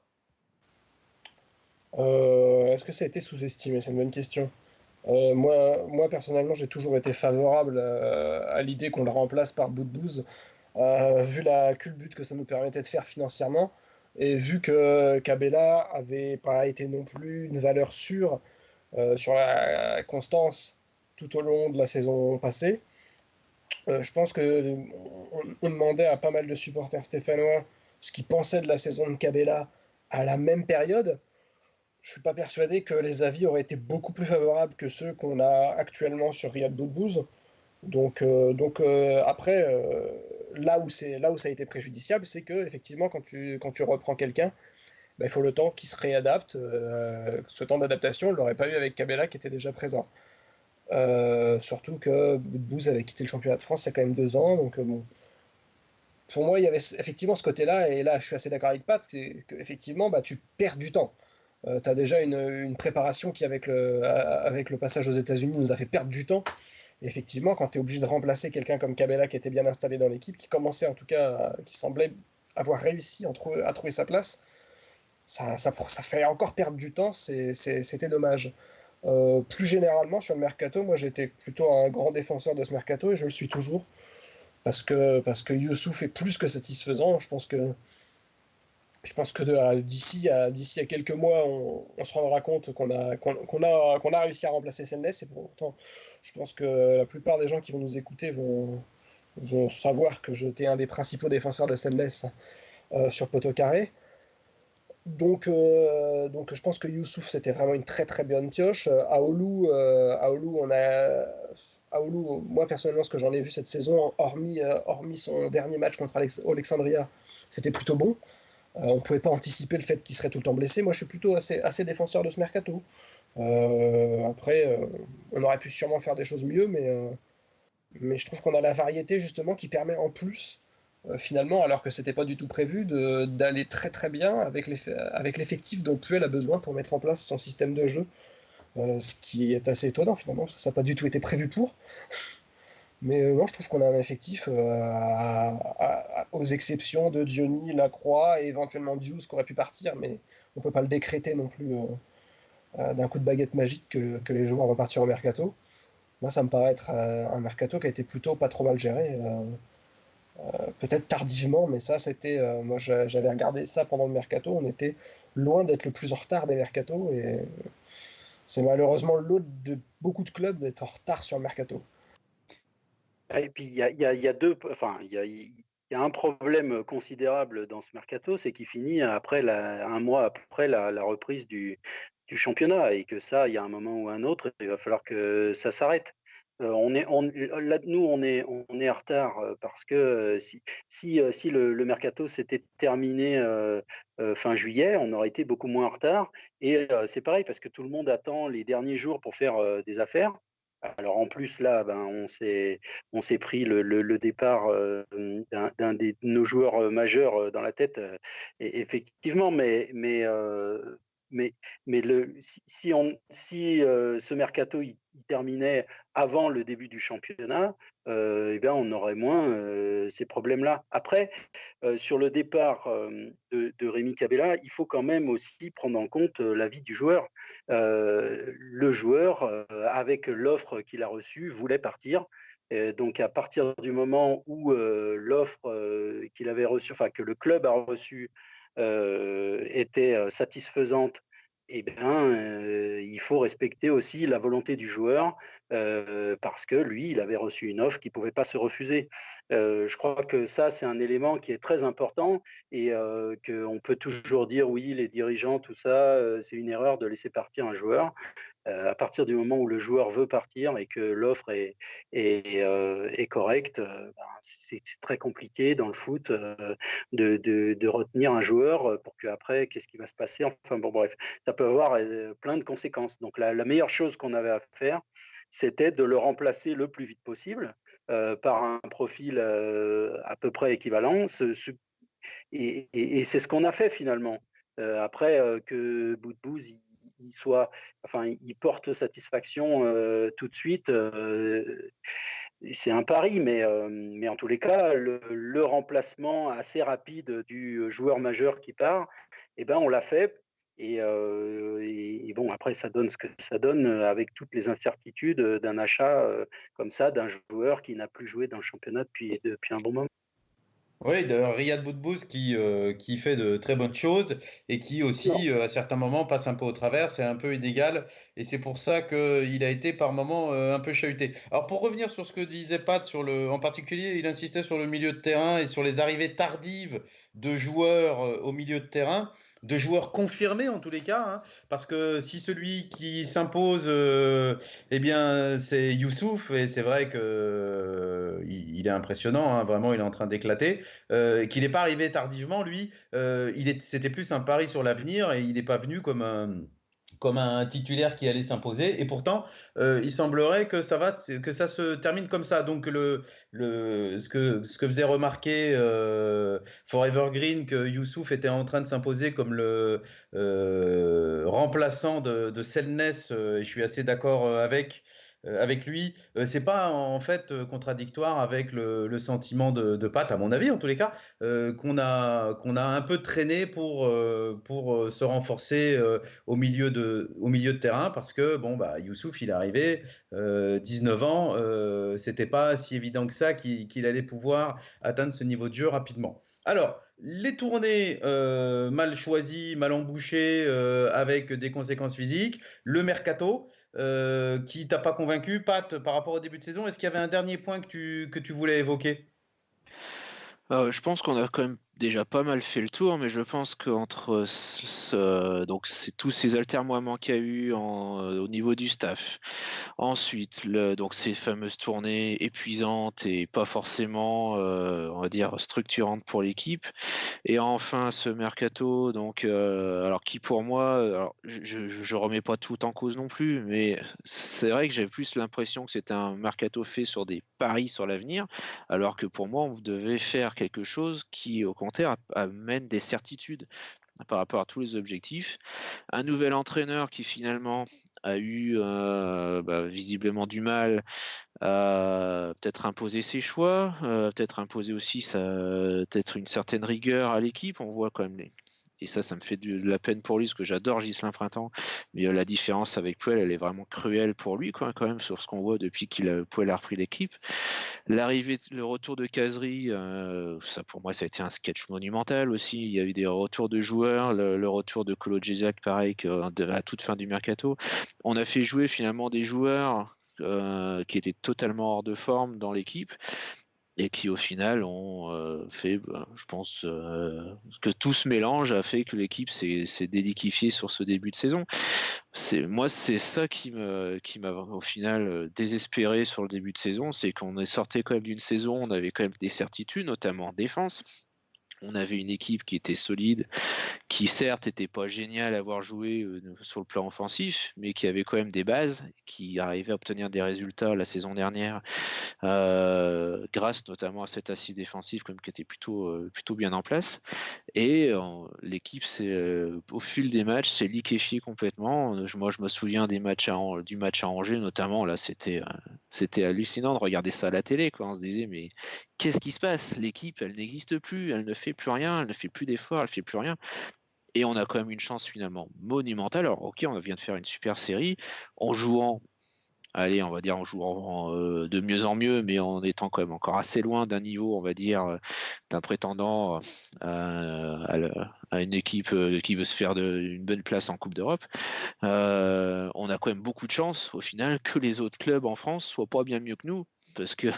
Euh, est-ce que ça a été sous-estimé? C'est une bonne question. Euh, moi, moi, personnellement, j'ai toujours été favorable euh, à l'idée qu'on le remplace par Boudbouz, euh, vu la culbute que ça nous permettait de faire financièrement, et vu que Cabella avait pas été non plus une valeur sûre euh, sur la constance tout au long de la saison passée. Euh, je pense que on, on demandait à pas mal de supporters stéphanois ce qu'ils pensaient de la saison de Cabella à la même période. Je suis pas persuadé que les avis auraient été beaucoup plus favorables que ceux qu'on a actuellement sur Riyad Boudbouz. Donc, euh, donc euh, après, euh, là où c'est là où ça a été préjudiciable, c'est que effectivement, quand tu quand tu reprends quelqu'un, bah, il faut le temps qu'il se réadapte. Euh, ce temps d'adaptation, on l'aurait pas eu avec Cabella qui était déjà présent. Euh, surtout que Boudbouz avait quitté le championnat de France il y a quand même deux ans, donc euh, bon. Pour moi, il y avait effectivement ce côté-là, et là, je suis assez d'accord avec Pat, c'est qu'effectivement, bah, tu perds du temps. Euh, tu as déjà une, une préparation qui, avec le, avec le passage aux États-Unis, nous a fait perdre du temps. Et effectivement, quand tu es obligé de remplacer quelqu'un comme Cabella, qui était bien installé dans l'équipe, qui commençait en tout cas, à- qui semblait avoir réussi à trouver, à trouver sa place, ça, ça, ça fait encore perdre du temps, c'est- c'est- c'était dommage. Euh, plus généralement, sur le mercato, moi j'étais plutôt un grand défenseur de ce mercato, et je le suis toujours, parce que, parce que Youssouf est plus que satisfaisant. Je pense que je pense que de- à- d'ici à, d'ici à quelques mois, on, on se rendra compte qu'on a, qu'on, qu'on a, qu'on a réussi à remplacer Senless. Et pourtant, je pense que la plupart des gens qui vont nous écouter vont, vont savoir que j'étais un des principaux défenseurs de Senless euh, sur Poteau Carré. Donc, euh, donc je pense que Youssouf, c'était vraiment une très très bonne pioche. Euh, Aoulou, euh, Aoulou, on a... Aoulou, moi personnellement, ce que j'en ai vu cette saison, hormis, euh, hormis son dernier match contre Alex- Alexandria, c'était plutôt bon. Euh, on ne pouvait pas anticiper le fait qu'il serait tout le temps blessé. Moi, je suis plutôt assez, assez défenseur de ce mercato. Euh, après, euh, on aurait pu sûrement faire des choses mieux, mais, euh, mais je trouve qu'on a la variété justement qui permet en plus, euh, finalement, alors que c'était pas du tout prévu, de, d'aller très très bien avec, l'eff- avec l'effectif dont Puel a besoin pour mettre en place son système de jeu. Euh, ce qui est assez étonnant finalement, parce que ça n'a pas du tout été prévu pour. Mais euh, non, je trouve qu'on a un effectif, euh, à- à- à- aux exceptions de Diony, Lacroix et éventuellement Diouf qui aurait pu partir, mais on peut pas le décréter non plus euh, euh, d'un coup de baguette magique que, que les joueurs vont partir au mercato. Moi, ça me paraît être euh, un mercato qui a été plutôt pas trop mal géré, euh, peut-être tardivement, mais ça, c'était. Euh, moi, j'a- j'avais regardé ça pendant le mercato, on était loin d'être le plus en retard des mercatos, et c'est malheureusement le lot de beaucoup de clubs d'être en retard sur le mercato. Et puis il y a, il y a- il y a deux, enfin il y a, il y a un problème considérable dans ce mercato, c'est qu'il finit après la- un mois après la, la reprise du, du championnat et que ça, il y a un moment ou un autre, il va falloir que ça s'arrête. Euh, on est, on, là, nous, on est, on est en retard euh, parce que euh, si, si, euh, si le, le mercato s'était terminé euh, euh, fin juillet, on aurait été beaucoup moins en retard. Et euh, c'est pareil parce que tout le monde attend les derniers jours pour faire euh, des affaires. Alors en plus là, ben, on s'est on s'est pris le, le, le départ euh, d'un, d'un de nos joueurs euh, majeurs euh, dans la tête, euh, et, effectivement, mais mais euh, mais mais le si, si on si euh, ce mercato il, il terminait avant le début du championnat, euh, eh bien on aurait moins euh, ces problèmes-là. Après, euh, sur le départ euh, de, de Rémi Cabella, il faut quand même aussi prendre en compte euh, l'avis du joueur. Euh, le joueur, euh, avec l'offre qu'il a reçue, voulait partir. Et donc, à partir du moment où euh, l'offre euh, qu'il avait reçue, enfin que le club a reçue, euh, était euh, satisfaisante, eh bien, euh, il faut respecter aussi la volonté du joueur euh, parce que lui, il avait reçu une offre qui ne pouvait pas se refuser. Euh, je crois que ça, c'est un élément qui est très important et euh, qu'on peut toujours dire oui, les dirigeants, tout ça, euh, c'est une erreur de laisser partir un joueur. Euh, à partir du moment où le joueur veut partir et que l'offre est, est, euh, est correcte, euh, ben, c'est, c'est très compliqué dans le foot euh, de, de, de retenir un joueur pour qu'après, qu'est-ce qui va se passer? Enfin bon, bref, ça peut avoir euh, plein de conséquences. Donc la, la meilleure chose qu'on avait à faire, c'était de le remplacer le plus vite possible euh, par un profil euh, à peu près équivalent. Ce, ce, et, et, et c'est ce qu'on a fait finalement. Euh, après euh, que Boudbouz il, il soit, enfin, il porte satisfaction euh, tout de suite. Euh, c'est un pari, mais, euh, mais en tous les cas, le, le remplacement assez rapide du joueur majeur qui part, eh ben, on l'a fait. Et, euh, et, et bon, après, ça donne ce que ça donne avec toutes les incertitudes d'un achat euh, comme ça d'un joueur qui n'a plus joué dans le championnat depuis, depuis un bon moment. Oui, de Riyad Boudbouz qui, euh, qui fait de très bonnes choses et qui aussi, euh, à certains moments, passe un peu au travers, c'est un peu inégal et c'est pour ça qu'il a été par moments euh, un peu chahuté. Alors pour revenir sur ce que disait Pat, sur le, en particulier, il insistait sur le milieu de terrain et sur les arrivées tardives de joueurs euh, au milieu de terrain, de joueurs confirmés en tous les cas, hein, parce que si celui qui s'impose, euh, eh bien, c'est Youssouf et c'est vrai que euh, il, il est impressionnant, hein, vraiment, il est en train d'éclater. Euh, qu'il n'est pas arrivé tardivement, lui. Euh, il est, c'était plus un pari sur l'avenir et il n'est pas venu comme un, comme un titulaire qui allait s'imposer. Et pourtant, euh, il semblerait que ça, va, que ça se termine comme ça. Donc, le, le, ce, que, ce que faisait remarquer euh, Forever Green, que Youssouf était en train de s'imposer comme le euh, remplaçant de, de Selness, euh, et je suis assez d'accord avec euh, avec lui, euh, c'est pas en fait euh, contradictoire avec le, le sentiment de, de Pat, à mon avis en tous les cas, euh, qu'on a, qu'on a un peu traîné pour, euh, pour euh, se renforcer euh, au, milieu de, au milieu de terrain parce que bon, bah, Youssouf il est arrivé, euh, dix-neuf ans, euh, c'était pas si évident que ça qu'il, qu'il allait pouvoir atteindre ce niveau de jeu rapidement. Alors, les tournées euh, mal choisies, mal embouchées, euh, avec des conséquences physiques, le mercato. Euh, qui t'a pas convaincu, Pat, par rapport au début de saison? Est-ce qu'il y avait un dernier point que tu, que tu voulais évoquer? Euh, je pense qu'on a quand même déjà pas mal fait le tour, mais je pense qu'entre ce- ce- donc c'est tous ces altermoiements qu'il y a eu en- au niveau du staff, ensuite le, donc ces fameuses tournées épuisantes et pas forcément, euh, on va dire, structurantes pour l'équipe, et enfin ce mercato, donc euh, alors qui pour moi, alors, je, je, je remets pas tout en cause non plus, mais c'est vrai que j'ai plus l'impression que c'était un mercato fait sur des paris sur l'avenir, alors que pour moi on devait faire quelque chose qui au contraire amène des certitudes par rapport à tous les objectifs. Un nouvel entraîneur qui finalement a eu euh, bah, visiblement du mal à peut-être imposer ses choix, euh, peut-être imposer aussi sa, peut-être une certaine rigueur à l'équipe. On voit quand même les, et ça, ça me fait de la peine pour lui, parce que j'adore Ghislain Printemps, mais euh, la différence avec Puel, elle est vraiment cruelle pour lui, quoi, quand même, sur ce qu'on voit depuis qu'il a, Puel a repris l'équipe. L'arrivée, le retour de Casery, euh, ça pour moi, ça a été un sketch monumental aussi. Il y a eu des retours de joueurs, le, le retour de Kolo Djezak, pareil, que, à la toute fin du mercato. On a fait jouer finalement des joueurs euh, qui étaient totalement hors de forme dans l'équipe et qui au final ont euh, fait, bah, je pense, euh, que tout ce mélange a fait que l'équipe s'est, s'est déliquifiée sur ce début de saison. C'est, moi, c'est ça qui, me, qui m'a au final euh, désespéré sur le début de saison, c'est qu'on est sorti quand même d'une saison, on avait quand même des certitudes, notamment en défense. On avait une équipe qui était solide, qui certes n'était pas génial à avoir joué euh, sur le plan offensif, mais qui avait quand même des bases, qui arrivait à obtenir des résultats la saison dernière, euh, grâce notamment à cette assise défensive comme qui était plutôt, euh, plutôt bien en place. Et euh, l'équipe, c'est, euh, au fil des matchs, s'est liquéfiée complètement. Moi, je me souviens des matchs à, du match à Angers, notamment. Là, c'était, euh, c'était hallucinant de regarder ça à la télé, quoi. On se disait, mais qu'est-ce qui se passe? L'équipe, elle n'existe plus, elle ne fait plus rien, elle ne fait plus d'efforts, elle ne fait plus rien. Et on a quand même une chance finalement monumentale. Alors, ok, on vient de faire une super série en jouant, allez, on va dire en jouant euh, de mieux en mieux, mais en étant quand même encore assez loin d'un niveau, on va dire, euh, d'un prétendant euh, à, le, à une équipe euh, qui veut se faire de, une bonne place en Coupe d'Europe. Euh, on a quand même beaucoup de chance au final que les autres clubs en France soient pas bien mieux que nous. Parce que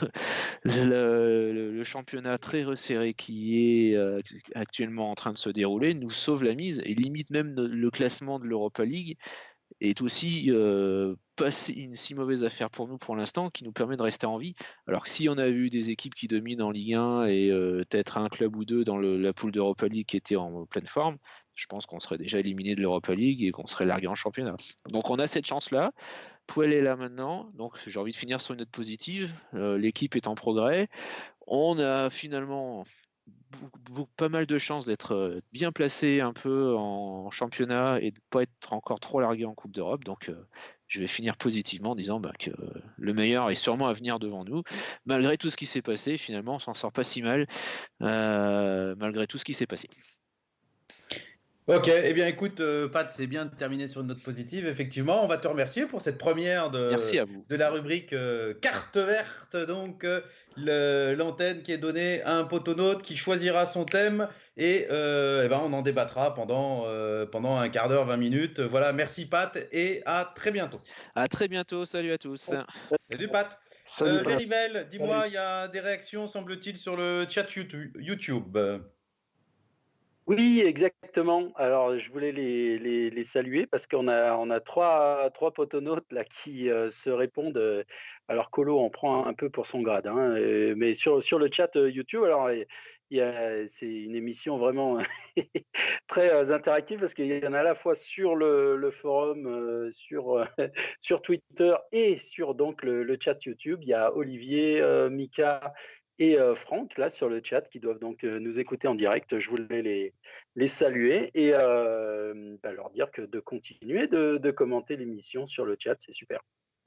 le, le, le championnat très resserré qui est euh, actuellement en train de se dérouler nous sauve la mise et limite même le classement de l'Europa League est aussi euh, pas si- une si mauvaise affaire pour nous pour l'instant, qui nous permet de rester en vie. Alors que si on a vu des équipes qui dominent en Ligue un et euh, peut-être un club ou deux dans le- la poule d'Europa League qui était en pleine forme, je pense qu'on serait déjà éliminé de l'Europa League et qu'on serait largué en championnat. Donc on a cette chance-là. Puel est là maintenant, donc j'ai envie de finir sur une note positive. Euh, l'équipe est en progrès. On a finalement beaucoup- beaucoup- pas mal de chances d'être euh, bien placé un peu en championnat et de ne pas être encore trop largué en Coupe d'Europe. Donc euh, je vais finir positivement en disant bah, que le meilleur est sûrement à venir devant nous. Malgré tout ce qui s'est passé, finalement, on s'en sort pas si mal, euh, malgré tout ce qui s'est passé. Ok, eh bien écoute, euh, Pat, c'est bien de terminer sur une note positive. Effectivement, on va te remercier pour cette première Merci de, à vous. de la rubrique euh, carte verte. Donc, euh, le- l'antenne qui est donnée à un potonaute qui choisira son thème et, euh, eh ben, on en débattra pendant, euh, pendant un quart d'heure, vingt minutes. Voilà, merci Pat et à très bientôt. À très bientôt. Salut à tous. Salut Pat. Salut, Euh, Pat. Méribel, dis-moi, Salut. il y a des réactions, semble-t-il, sur le chat YouTube. YouTube. Oui, exactement. Alors, je voulais les, les, les saluer parce qu'on a, on a trois, trois potonautes là qui euh, se répondent. euh, Alors, Colo en prend un peu pour son grade, hein, euh, mais sur, sur le chat euh, YouTube, alors, il y a, c'est une émission vraiment très euh, interactive parce qu'il y en a à la fois sur le, le forum, euh, sur, euh, sur Twitter et sur donc le, le chat YouTube. Il y a Olivier, euh, Mika et euh, Franck là sur le chat qui doivent donc euh, nous écouter en direct. Je voulais les, les saluer et euh, bah, leur dire que de continuer de, de commenter l'émission sur le chat, c'est super.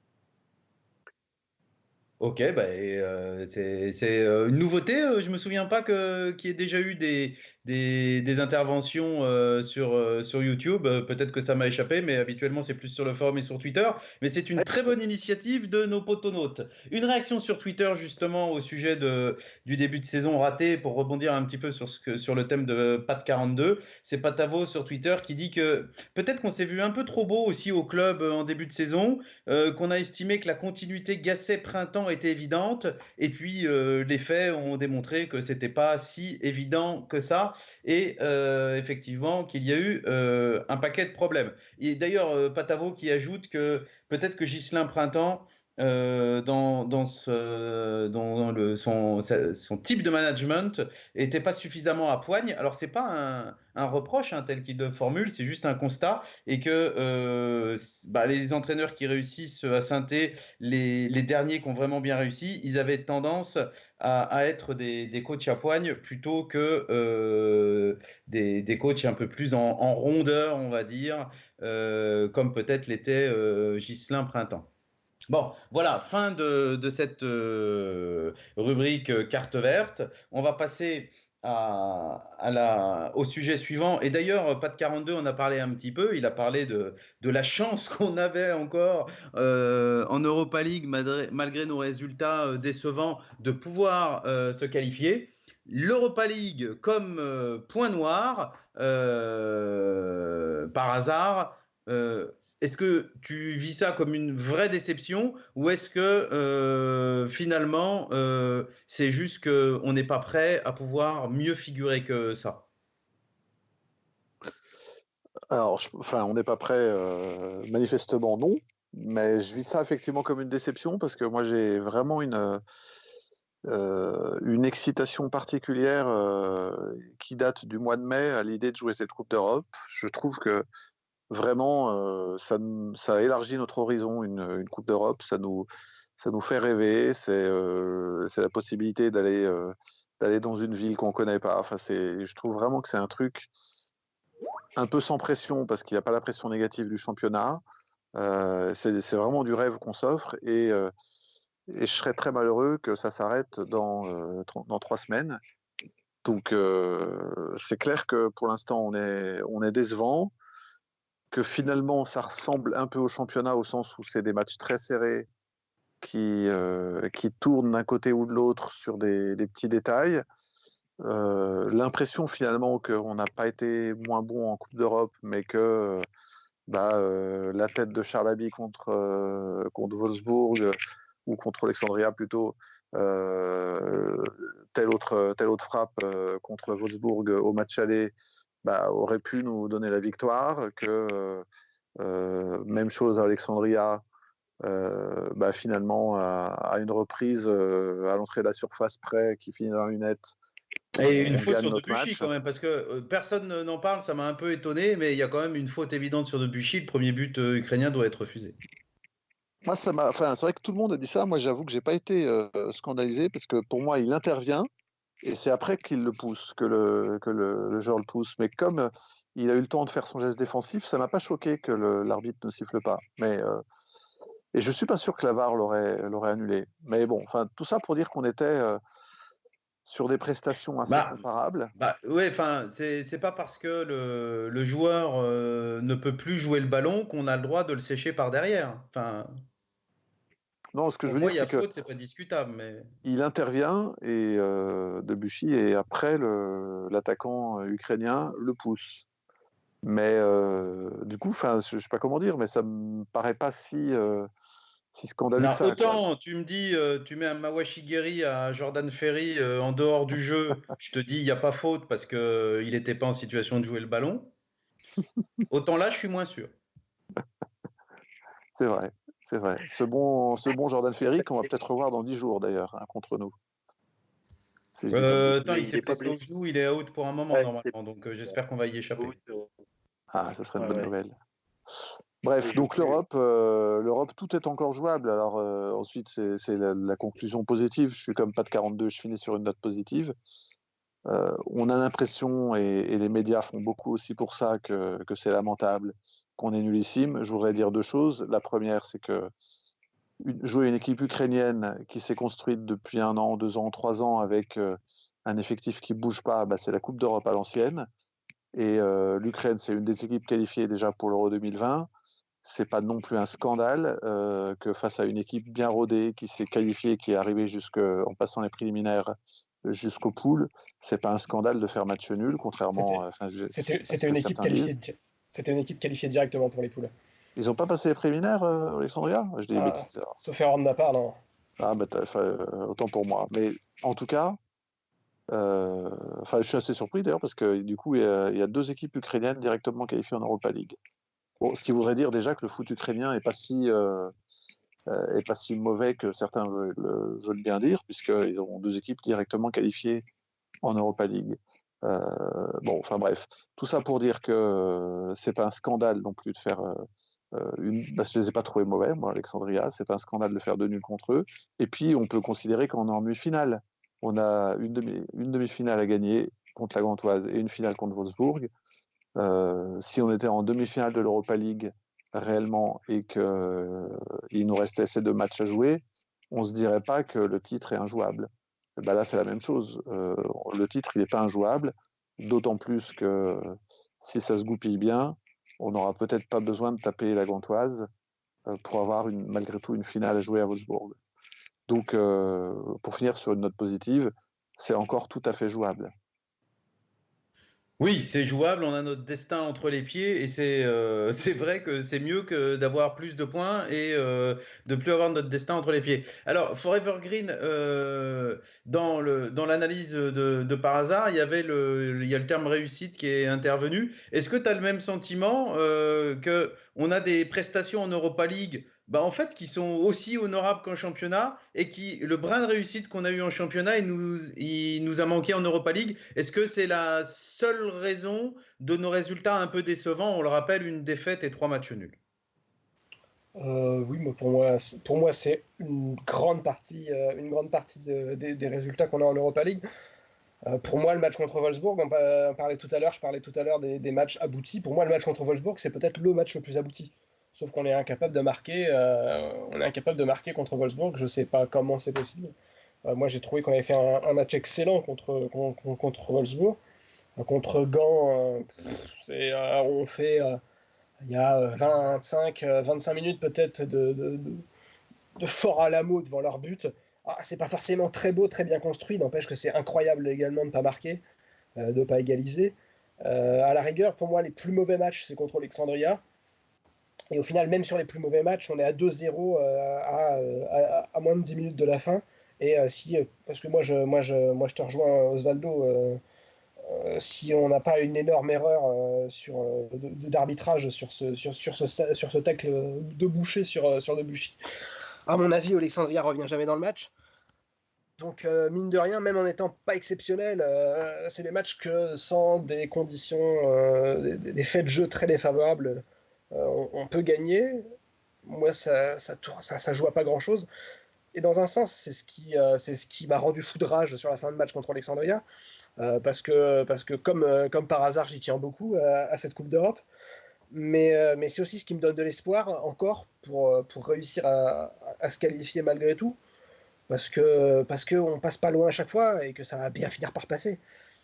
Ok, bah, et, euh, c'est c'est, euh, une nouveauté. euh, je me souviens pas que qu'il y ait déjà eu des, des, des interventions euh, sur, euh, sur YouTube. Euh, peut-être que ça m'a échappé, mais habituellement c'est plus sur le forum et sur Twitter. Mais c'est une Ouais. très bonne initiative de nos potonautes. Une réaction sur Twitter justement au sujet de, du début de saison raté, pour rebondir un petit peu sur, ce que, sur le thème de Pat quarante-deux. C'est Patavo sur Twitter qui dit que peut-être qu'on s'est vu un peu trop beau aussi au club euh, en début de saison, euh, qu'on a estimé que la continuité Gasset-Printemps était évidente, et puis euh, les faits ont démontré que c'était pas si évident que ça, et euh, effectivement qu'il y a eu euh, un paquet de problèmes. Et d'ailleurs, euh, Patavo qui ajoute que peut-être que Ghislain Printemps, euh, dans, dans, ce, dans le, son, son type de management, n'était pas suffisamment à poigne. Alors, c'est pas un, un reproche hein, tel qu'il le formule, c'est juste un constat, et que euh, bah, les entraîneurs qui réussissent à Saint-Étienne, les, les derniers qui ont vraiment bien réussi, ils avaient tendance à, à être des, des coachs à poigne plutôt que euh, des, des coachs un peu plus en, en rondeur, on va dire, euh, comme peut-être l'était euh, Ghislain Printemps. Bon, voilà, fin de, de cette euh, rubrique euh, carte verte. On va passer à, à la, au sujet suivant. Et d'ailleurs, Pat quarante-deux, on a parlé un petit peu. Il a parlé de, de la chance qu'on avait encore euh, en Europa League, malgré, malgré nos résultats euh, décevants, de pouvoir euh, se qualifier. L'Europa League comme euh, point noir, euh, par hasard. Euh, Est-ce que tu vis ça comme une vraie déception ou est-ce que euh, finalement euh, c'est juste qu'on n'est pas prêt à pouvoir mieux figurer que ça? Alors, je- enfin, on n'est pas prêt, euh, manifestement non, mais je vis ça effectivement comme une déception parce que moi j'ai vraiment une, euh, une excitation particulière euh, qui date du mois de mai à l'idée de jouer cette Coupe d'Europe. Je trouve que vraiment euh, ça, n- ça élargit notre horizon, une, une Coupe d'Europe, ça nous, ça nous fait rêver, c'est euh, c'est la possibilité d'aller euh, d'aller dans une ville qu'on ne connaît pas. Enfin, c'est, je trouve vraiment que c'est un truc un peu sans pression parce qu'il n'y a pas la pression négative du championnat. Euh, c'est c'est vraiment du rêve qu'on s'offre et, euh, et je serais très malheureux que ça s'arrête dans, euh, tr- dans trois semaines. Donc euh, c'est clair que pour l'instant on est, on est décevant, que finalement ça ressemble un peu au championnat au sens où c'est des matchs très serrés qui, euh, qui tournent d'un côté ou de l'autre sur des, des petits détails. Euh, l'impression finalement qu'on n'a pas été moins bon en Coupe d'Europe, mais que bah, euh, la tête de Charlaby contre, euh, contre Wolfsburg euh, ou contre Alexandria plutôt, euh, telle, autre, telle autre frappe euh, contre Wolfsburg au match aller bah, aurait pu nous donner la victoire, que, euh, Euh, même chose à Alexandria, euh, bah, finalement, à, à une reprise, euh, à l'entrée de la surface près, qui finit dans la lunette. Et une on faute gagne sur notre Debuchy match. quand même, parce que euh, personne n'en parle, ça m'a un peu étonné, mais il y a quand même une faute évidente sur Debuchy. Le premier but euh, ukrainien doit être refusé. Moi, ça m'a. Enfin, c'est vrai que tout le monde a dit ça. Moi, j'avoue que j'ai pas été euh, scandalisé parce que pour moi, il intervient et c'est après qu'il le pousse, que le, que le, le joueur le pousse. Mais comme euh, il a eu le temps de faire son geste défensif, ça m'a pas choqué que le- l'arbitre ne siffle pas. Mais euh, et je suis pas sûr que la V A R l'aurait l'aurait annulé. Mais bon, enfin, tout ça pour dire qu'on était euh, sur des prestations assez Bah, comparables. bah ouais, enfin, c'est c'est pas parce que le, le joueur euh, ne peut plus jouer le ballon qu'on a le droit de le sécher par derrière. Enfin, Non, ce que je pour veux moi, dire, il y a c'est que faute, c'est pas discutable, mais. il intervient et euh, Debuchy et après le- l'attaquant euh, ukrainien le pousse. Mais euh, du coup, enfin, je, je sais pas comment dire, mais ça me paraît pas si euh, si scandaleux que Alors, ça, quoi. autant tu me dis, euh, tu mets un Mawashigiri à Jordan Ferry euh, en dehors du jeu, je te dis, il n'y a pas faute parce qu'il euh, n'était pas en situation de jouer le ballon. Autant là, je suis moins sûr. C'est vrai, c'est vrai. Ce bon, ce bon Jordan Ferry qu'on va peut-être revoir dans dix jours d'ailleurs hein, contre nous. Si je dis pas de Euh, attends, Mais il bêtises. il s'est n'est pas blessé au blessé. genou, il est out pour un moment Ouais, c'est normalement, donc euh, j'espère qu'on va y échapper. out, euh, Ah, ça serait une ouais, bonne ouais. nouvelle. Il Bref, joue donc plus. l'Europe, euh, l'Europe, tout est encore jouable. Alors euh, ensuite, c'est c'est la, la conclusion positive. Je suis comme pas de quarante-deux, je finis sur une note positive. Euh, on a l'impression, et, et les médias font beaucoup aussi pour ça, que, que c'est lamentable, qu'on est nullissime. Je voudrais dire deux choses. La première, c'est que une- jouer une équipe ukrainienne qui s'est construite depuis un an, deux ans, trois ans avec euh, un effectif qui bouge pas, bah, c'est la Coupe d'Europe à l'ancienne. Et euh, l'Ukraine, c'est une des équipes qualifiées déjà pour l'Euro deux mille vingt. C'est pas non plus un scandale euh, que face à une équipe bien rodée qui s'est qualifiée, qui est arrivée jusqu'en passant les préliminaires jusqu'au pool, c'est pas un scandale de faire match nul, contrairement C'était, euh, enfin, je- c'était, à ce c'était que une équipe certains disent. qualifiée. di- C'était une équipe qualifiée directement pour les poules. Ils n'ont pas passé les préliminaires, euh, Alexandria? Je dis des Ah, bêtises. Alors. sauf erreur de ma part, non. Ah, bah, t'as- enfin, euh, autant pour moi. Mais en tout cas, euh, enfin, je suis assez surpris d'ailleurs parce que du coup, il y, a, il y a deux équipes ukrainiennes directement qualifiées en Europa League. Bon, ce qui voudrait dire déjà que le foot ukrainien est pas si euh, euh, est pas si mauvais que certains veulent, le- veulent bien dire, puisqu'ils ont deux équipes directement qualifiées en Europa League. Euh, bon, enfin bref, tout ça pour dire que euh, c'est pas un scandale non plus de faire euh, euh, une. Parce que je les ai pas trouvés mauvais, moi, Alexandria, c'est pas un scandale de faire deux nuls contre eux. Et puis, on peut considérer qu'on est en demi-finale. On a une, demi, une demi-finale à gagner contre la Gantoise et une finale contre Wolfsburg. Euh, si on était en demi-finale de l'Europa League réellement et qu'il euh, nous restait ces deux matchs à jouer, on ne se dirait pas que le titre est injouable. Et ben là, c'est la même chose. Euh, le titre, il n'est pas injouable, d'autant plus que si ça se goupille bien, on n'aura peut-être pas besoin de taper la Gantoise euh, pour avoir une, malgré tout une finale à jouer à Wolfsburg. Donc, euh, pour finir sur une note positive, c'est encore tout à fait jouable. Oui, c'est jouable, on a notre destin entre les pieds et c'est euh, c'est vrai que c'est mieux que d'avoir plus de points et euh, de plus avoir notre destin entre les pieds. Alors, Forever Green, euh, dans le, dans l'analyse de, de par hasard, il y avait le, il y a le terme réussite qui est intervenu. Est-ce que tu as le même sentiment euh, que on a des prestations en Europa League bah, en fait, qui sont aussi honorables qu'en championnat et qui, le brin de réussite qu'on a eu en championnat, il nous, il nous a manqué en Europa League. Est-ce que c'est la seule raison de nos résultats un peu décevants? On le rappelle, une défaite et trois matchs nuls. Euh, oui, mais pour moi, c'est- pour moi, c'est une grande partie, euh, une grande partie de- des, des résultats qu'on a en Europa League. Euh, pour moi, le match contre Wolfsburg, on, pa- on parlait tout à l'heure, je parlais tout à l'heure des, des matchs aboutis. Pour moi, le match contre Wolfsburg, c'est peut-être le match le plus abouti. Sauf qu'on est incapable de marquer, euh, on est incapable de marquer contre Wolfsburg. Je sais pas comment c'est possible. Euh, moi, j'ai trouvé qu'on avait fait un, un match excellent contre, contre, contre Wolfsburg. Euh, contre Gand, euh, pff, c'est, euh, on fait, euh, il y a vingt-cinq, vingt-cinq minutes peut-être de, de, de, de fort à la mot devant leur but. Ah, c'est pas forcément très beau, très bien construit, n'empêche que c'est incroyable également de ne pas marquer, euh, de ne pas égaliser. Euh, à la rigueur, pour moi, les plus mauvais matchs, c'est contre Alexandria. Et au final, même sur les plus mauvais matchs, on est à deux zéro euh, à, à, à, moins de dix minutes de la fin. Et euh, si, parce que moi je, moi, je, moi, je te rejoins, Osvaldo, euh, euh, si on n'a pas une énorme erreur euh, sur, euh, de, de, d'arbitrage sur ce, sur, sur, ce, sur ce tacle de Boucher sur, sur Debuchy. À mon avis, Alexandria revient jamais dans le match. Donc, euh, mine de rien, même en n'étant pas exceptionnel, euh, c'est des matchs que sans des conditions, euh, des, des faits de jeu très défavorables, euh, on, on peut gagner. Moi, ça, ça, ça, ça joue à pas grand-chose. Et dans un sens, c'est ce qui, euh, c'est ce qui m'a rendu fou de rage sur la fin de match contre Alexandria. Euh, parce que, parce que comme, euh, comme par hasard, j'y tiens beaucoup à, à cette Coupe d'Europe. Mais, euh, mais c'est aussi ce qui me donne de l'espoir encore pour, pour réussir à, à se qualifier malgré tout. Parce que parce qu'on passe pas loin à chaque fois et que ça va bien finir par passer.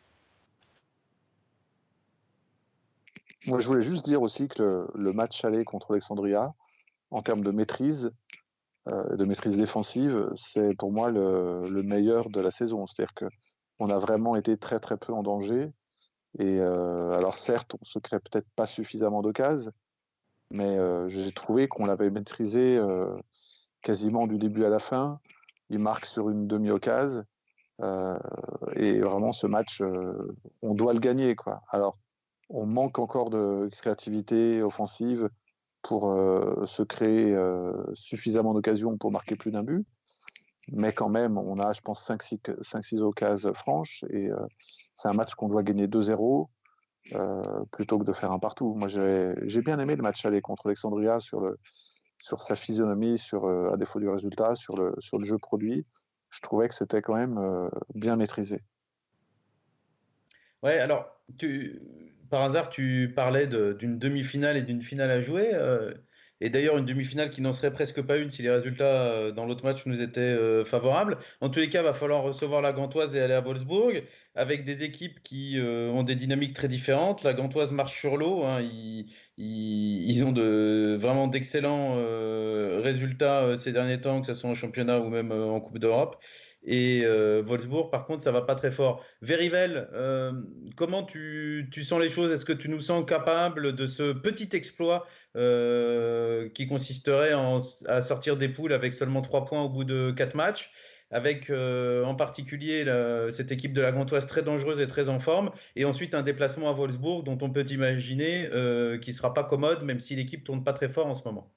Moi, je voulais juste dire aussi que le, le match aller contre Alexandria, en termes de maîtrise, euh, de maîtrise défensive, c'est pour moi le, le meilleur de la saison. C'est-à-dire qu'on a vraiment été très très peu en danger. Et euh, alors certes, on se crée peut-être pas suffisamment d'occasions, mais euh, j'ai trouvé qu'on l'avait maîtrisé euh, quasiment du début à la fin. Il marque sur une demi-occasion. Euh, et vraiment, ce match, euh, on doit le gagner, quoi. Alors, on manque encore de créativité offensive pour euh, se créer euh, suffisamment d'occasions pour marquer plus d'un but. Mais quand même, on a, je pense, cinq six occasions franches. Et euh, c'est un match qu'on doit gagner deux zéro euh, plutôt que de faire un partout. Moi, j'ai, j'ai bien aimé le match aller contre Alexandria sur, le, sur sa physionomie, sur, euh, à défaut du résultat, sur le, sur le jeu produit. Je trouvais que c'était quand même euh, bien maîtrisé. Ouais, alors, tu, par hasard, tu parlais de- d'une demi-finale et d'une finale à jouer. euh, et d'ailleurs, une demi-finale qui n'en serait presque pas une si les résultats euh, dans l'autre match nous étaient euh, favorables. En tous les cas, il va falloir recevoir la Gantoise et aller à Wolfsburg avec des équipes qui euh, ont des dynamiques très différentes. La Gantoise marche sur l'eau. Hein, ils, ils- ils ont de, vraiment d'excellents euh, résultats euh, ces derniers temps, que ce soit en championnat ou même euh, en Coupe d'Europe. Et euh, Wolfsburg, par contre, ça va pas très fort. Verivel, euh, comment tu, tu sens les choses? Est-ce que tu nous sens capable de ce petit exploit euh, qui consisterait en- à sortir des poules avec seulement trois points au bout de quatre matchs, avec euh, en particulier la- cette équipe de la Gantoise très dangereuse et très en forme, et ensuite un déplacement à Wolfsburg dont on peut imaginer euh, qui sera pas commode, même si l'équipe tourne pas très fort en ce moment.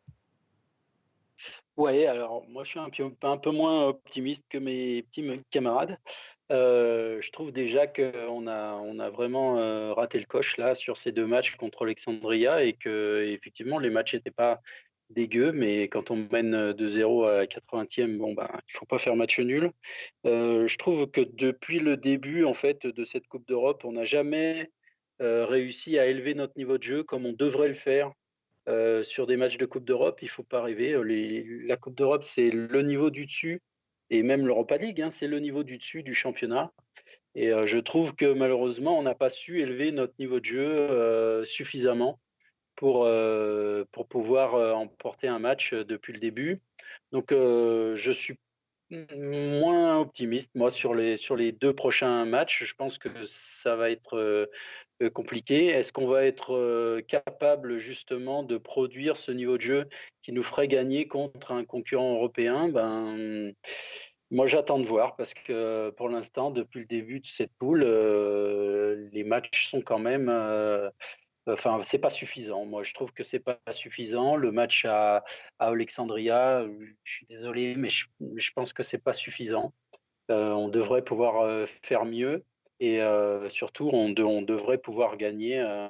Ouais, alors moi je suis un peu, un peu moins optimiste que mes petits me- camarades. Euh, je trouve déjà qu'on a, on a vraiment euh, raté le coche là sur ces deux matchs contre Alexandria et que effectivement les matchs n'étaient pas dégueux, mais quand on mène deux zéro à la quatre-vingtième, bon ben il faut pas faire match nul. Euh, je trouve que depuis le début en fait de cette Coupe d'Europe, on n'a jamais euh, réussi à élever notre niveau de jeu comme on devrait le faire euh, sur des matchs de Coupe d'Europe. Il ne faut pas rêver. Euh, Les, la Coupe d'Europe, c'est le niveau du dessus, et même l'Europa League, hein, c'est le niveau du dessus du championnat. Et euh, je trouve que malheureusement, on n'a pas su élever notre niveau de jeu euh, suffisamment pour, euh, pour pouvoir euh, emporter un match euh, depuis le début. Donc, euh, je suis moins optimiste, moi, sur les, sur les deux prochains matchs. Je pense que ça va être euh, compliqué. Est-ce qu'on va être euh, capable, justement, de produire ce niveau de jeu qui nous ferait gagner contre un concurrent européen? Ben, moi, j'attends de voir parce que pour l'instant, depuis le début de cette poule, euh, les matchs sont quand même. Euh, Enfin, c'est pas suffisant. Moi, je trouve que c'est pas suffisant. Le match à, à Alexandria, je suis désolé, mais je, je pense que c'est pas suffisant. Euh, on devrait pouvoir euh, faire mieux et euh, surtout, on, de- on devrait pouvoir gagner euh,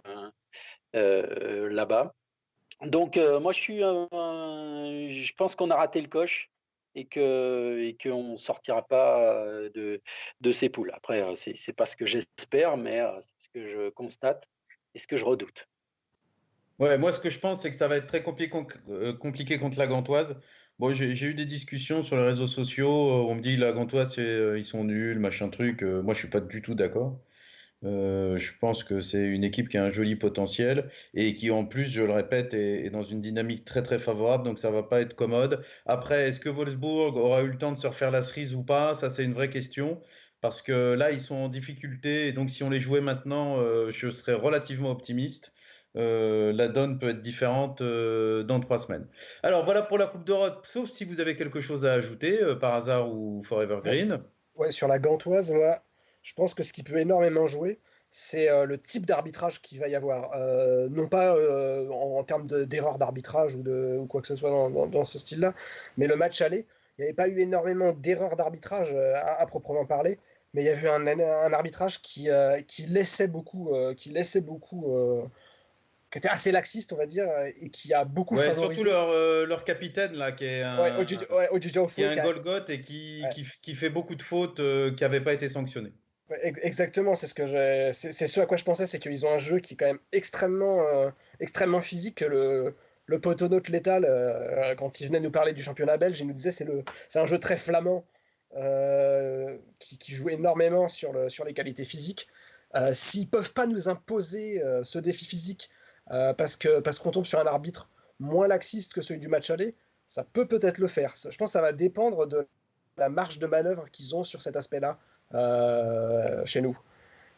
euh, là-bas. Donc, euh, moi, je suis, euh, je pense qu'on a raté le coche et que et qu'on sortira pas euh, de de ces poules. Après, euh, c'est c'est pas ce que j'espère, mais euh, c'est ce que je constate et ce que je redoute. Ouais, moi, ce que je pense, c'est que ça va être très compliqué, euh, compliqué contre la Gantoise. Bon, j'ai j'ai eu des discussions sur les réseaux sociaux. euh, On me dit la Gantoise, c'est, euh, ils sont nuls, machin truc. Euh, moi, je suis pas du tout d'accord. Euh, je pense que c'est une équipe qui a un joli potentiel et qui, en plus, je le répète, est, est dans une dynamique très très favorable. Donc, ça va pas être commode. Après, est-ce que Wolfsburg aura eu le temps de se refaire la cerise ou pas? Ça, c'est une vraie question. Parce que là, ils sont en difficulté. Et donc, si on les jouait maintenant, euh, je serais relativement optimiste. Euh, la donne peut être différente euh, dans trois semaines. Alors, voilà pour la Coupe d'Europe. Sauf si vous avez quelque chose à ajouter, euh, par hasard ou Forever Ouais, Green. ouais, sur la Gantoise, moi, je pense que ce qui peut énormément jouer, c'est euh, le type d'arbitrage qu'il va y avoir. Euh, non pas euh, en, en termes de- d'erreur d'arbitrage ou, de, ou quoi que ce soit dans, dans- dans ce style-là, mais le match aller, il n'y avait pas eu énormément d'erreurs d'arbitrage euh, à, à proprement parler, mais il y avait un, un arbitrage qui, euh, qui laissait beaucoup, euh, qui laissait beaucoup, euh, qui était assez laxiste, on va dire, euh, et qui a beaucoup Ouais, surtout favorisé. leur, euh, leur capitaine, là, qui est Ouais, un, Oji ouais, Ojiji qui est Ofo, un qui a- Golgoth et qui, ouais. qui, qui fait beaucoup de fautes euh, qui n'avaient pas été sanctionnées. Ouais, ex- exactement, c'est ce que j'ai, c'est c'est ce à quoi je pensais, c'est qu'ils ont un jeu qui est quand même extrêmement, euh, extrêmement physique. Le, le potonote létal, euh, quand il venait nous parler du championnat belge, il nous disait c'est le, c'est un jeu très flamand euh, qui, qui joue énormément sur le, sur les qualités physiques. Euh, s'ils peuvent pas nous imposer euh, ce défi physique euh, parce que parce qu'on tombe sur un arbitre moins laxiste que celui du match aller, ça peut peut-être le faire. Ça- Je pense que ça va dépendre de la marge de manœuvre qu'ils ont sur cet aspect-là euh, chez nous.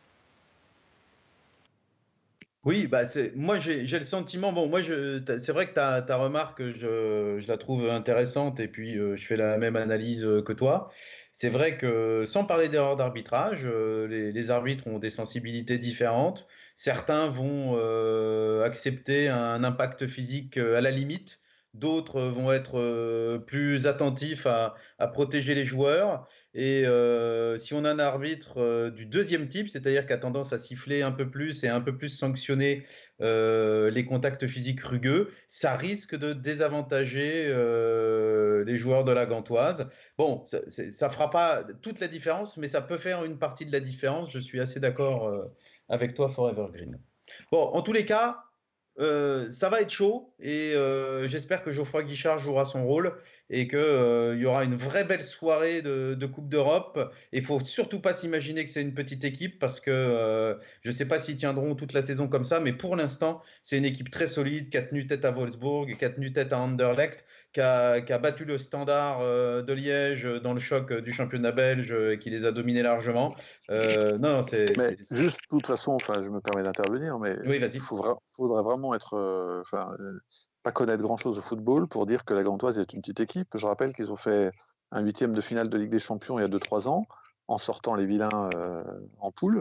Oui, bah c'est, moi j'ai j'ai le sentiment, bon, moi je, t'as- c'est vrai que ta, ta remarque, je, je la trouve intéressante et puis euh, je fais la même analyse euh, que toi. C'est vrai que sans parler d'erreur d'arbitrage, euh, les, les arbitres ont des sensibilités différentes. Certains vont euh, accepter un impact physique euh, à la limite, d'autres vont être euh, plus attentifs à, à protéger les joueurs. Et euh, si on a un arbitre euh, du deuxième type, c'est-à-dire qui a tendance à siffler un peu plus et un peu plus sanctionner euh, les contacts physiques rugueux, ça risque de désavantager euh, les joueurs de la Gantoise. Bon, ça ne fera pas toute la différence, mais ça peut faire une partie de la différence. Je suis assez d'accord euh, avec toi, Forever Green. Bon, en tous les cas, euh, ça va être chaud et euh, j'espère que Geoffroy Guichard jouera son rôle et qu'il euh, y aura une vraie belle soirée de, de Coupe d'Europe. Il faut surtout pas s'imaginer que c'est une petite équipe parce que euh, je ne sais pas s'ils tiendront toute la saison comme ça, mais pour l'instant, c'est une équipe très solide qui a tenu tête à Wolfsburg, qui a tenu tête à Anderlecht, qui a, qui a battu le Standard euh, de Liège dans le choc du championnat belge et qui les a dominés largement. Euh, non, non, c'est. Mais c'est- juste, de toute façon, enfin, je me permets d'intervenir, mais Oui, il vas-y. faudra, faudrait vraiment être, euh, enfin, euh, pas connaître grand-chose au football pour dire que la Gantoise est une petite équipe. Je rappelle qu'ils ont fait un huitième de finale de Ligue des Champions il y a deux trois ans, en sortant les vilains euh, en poule,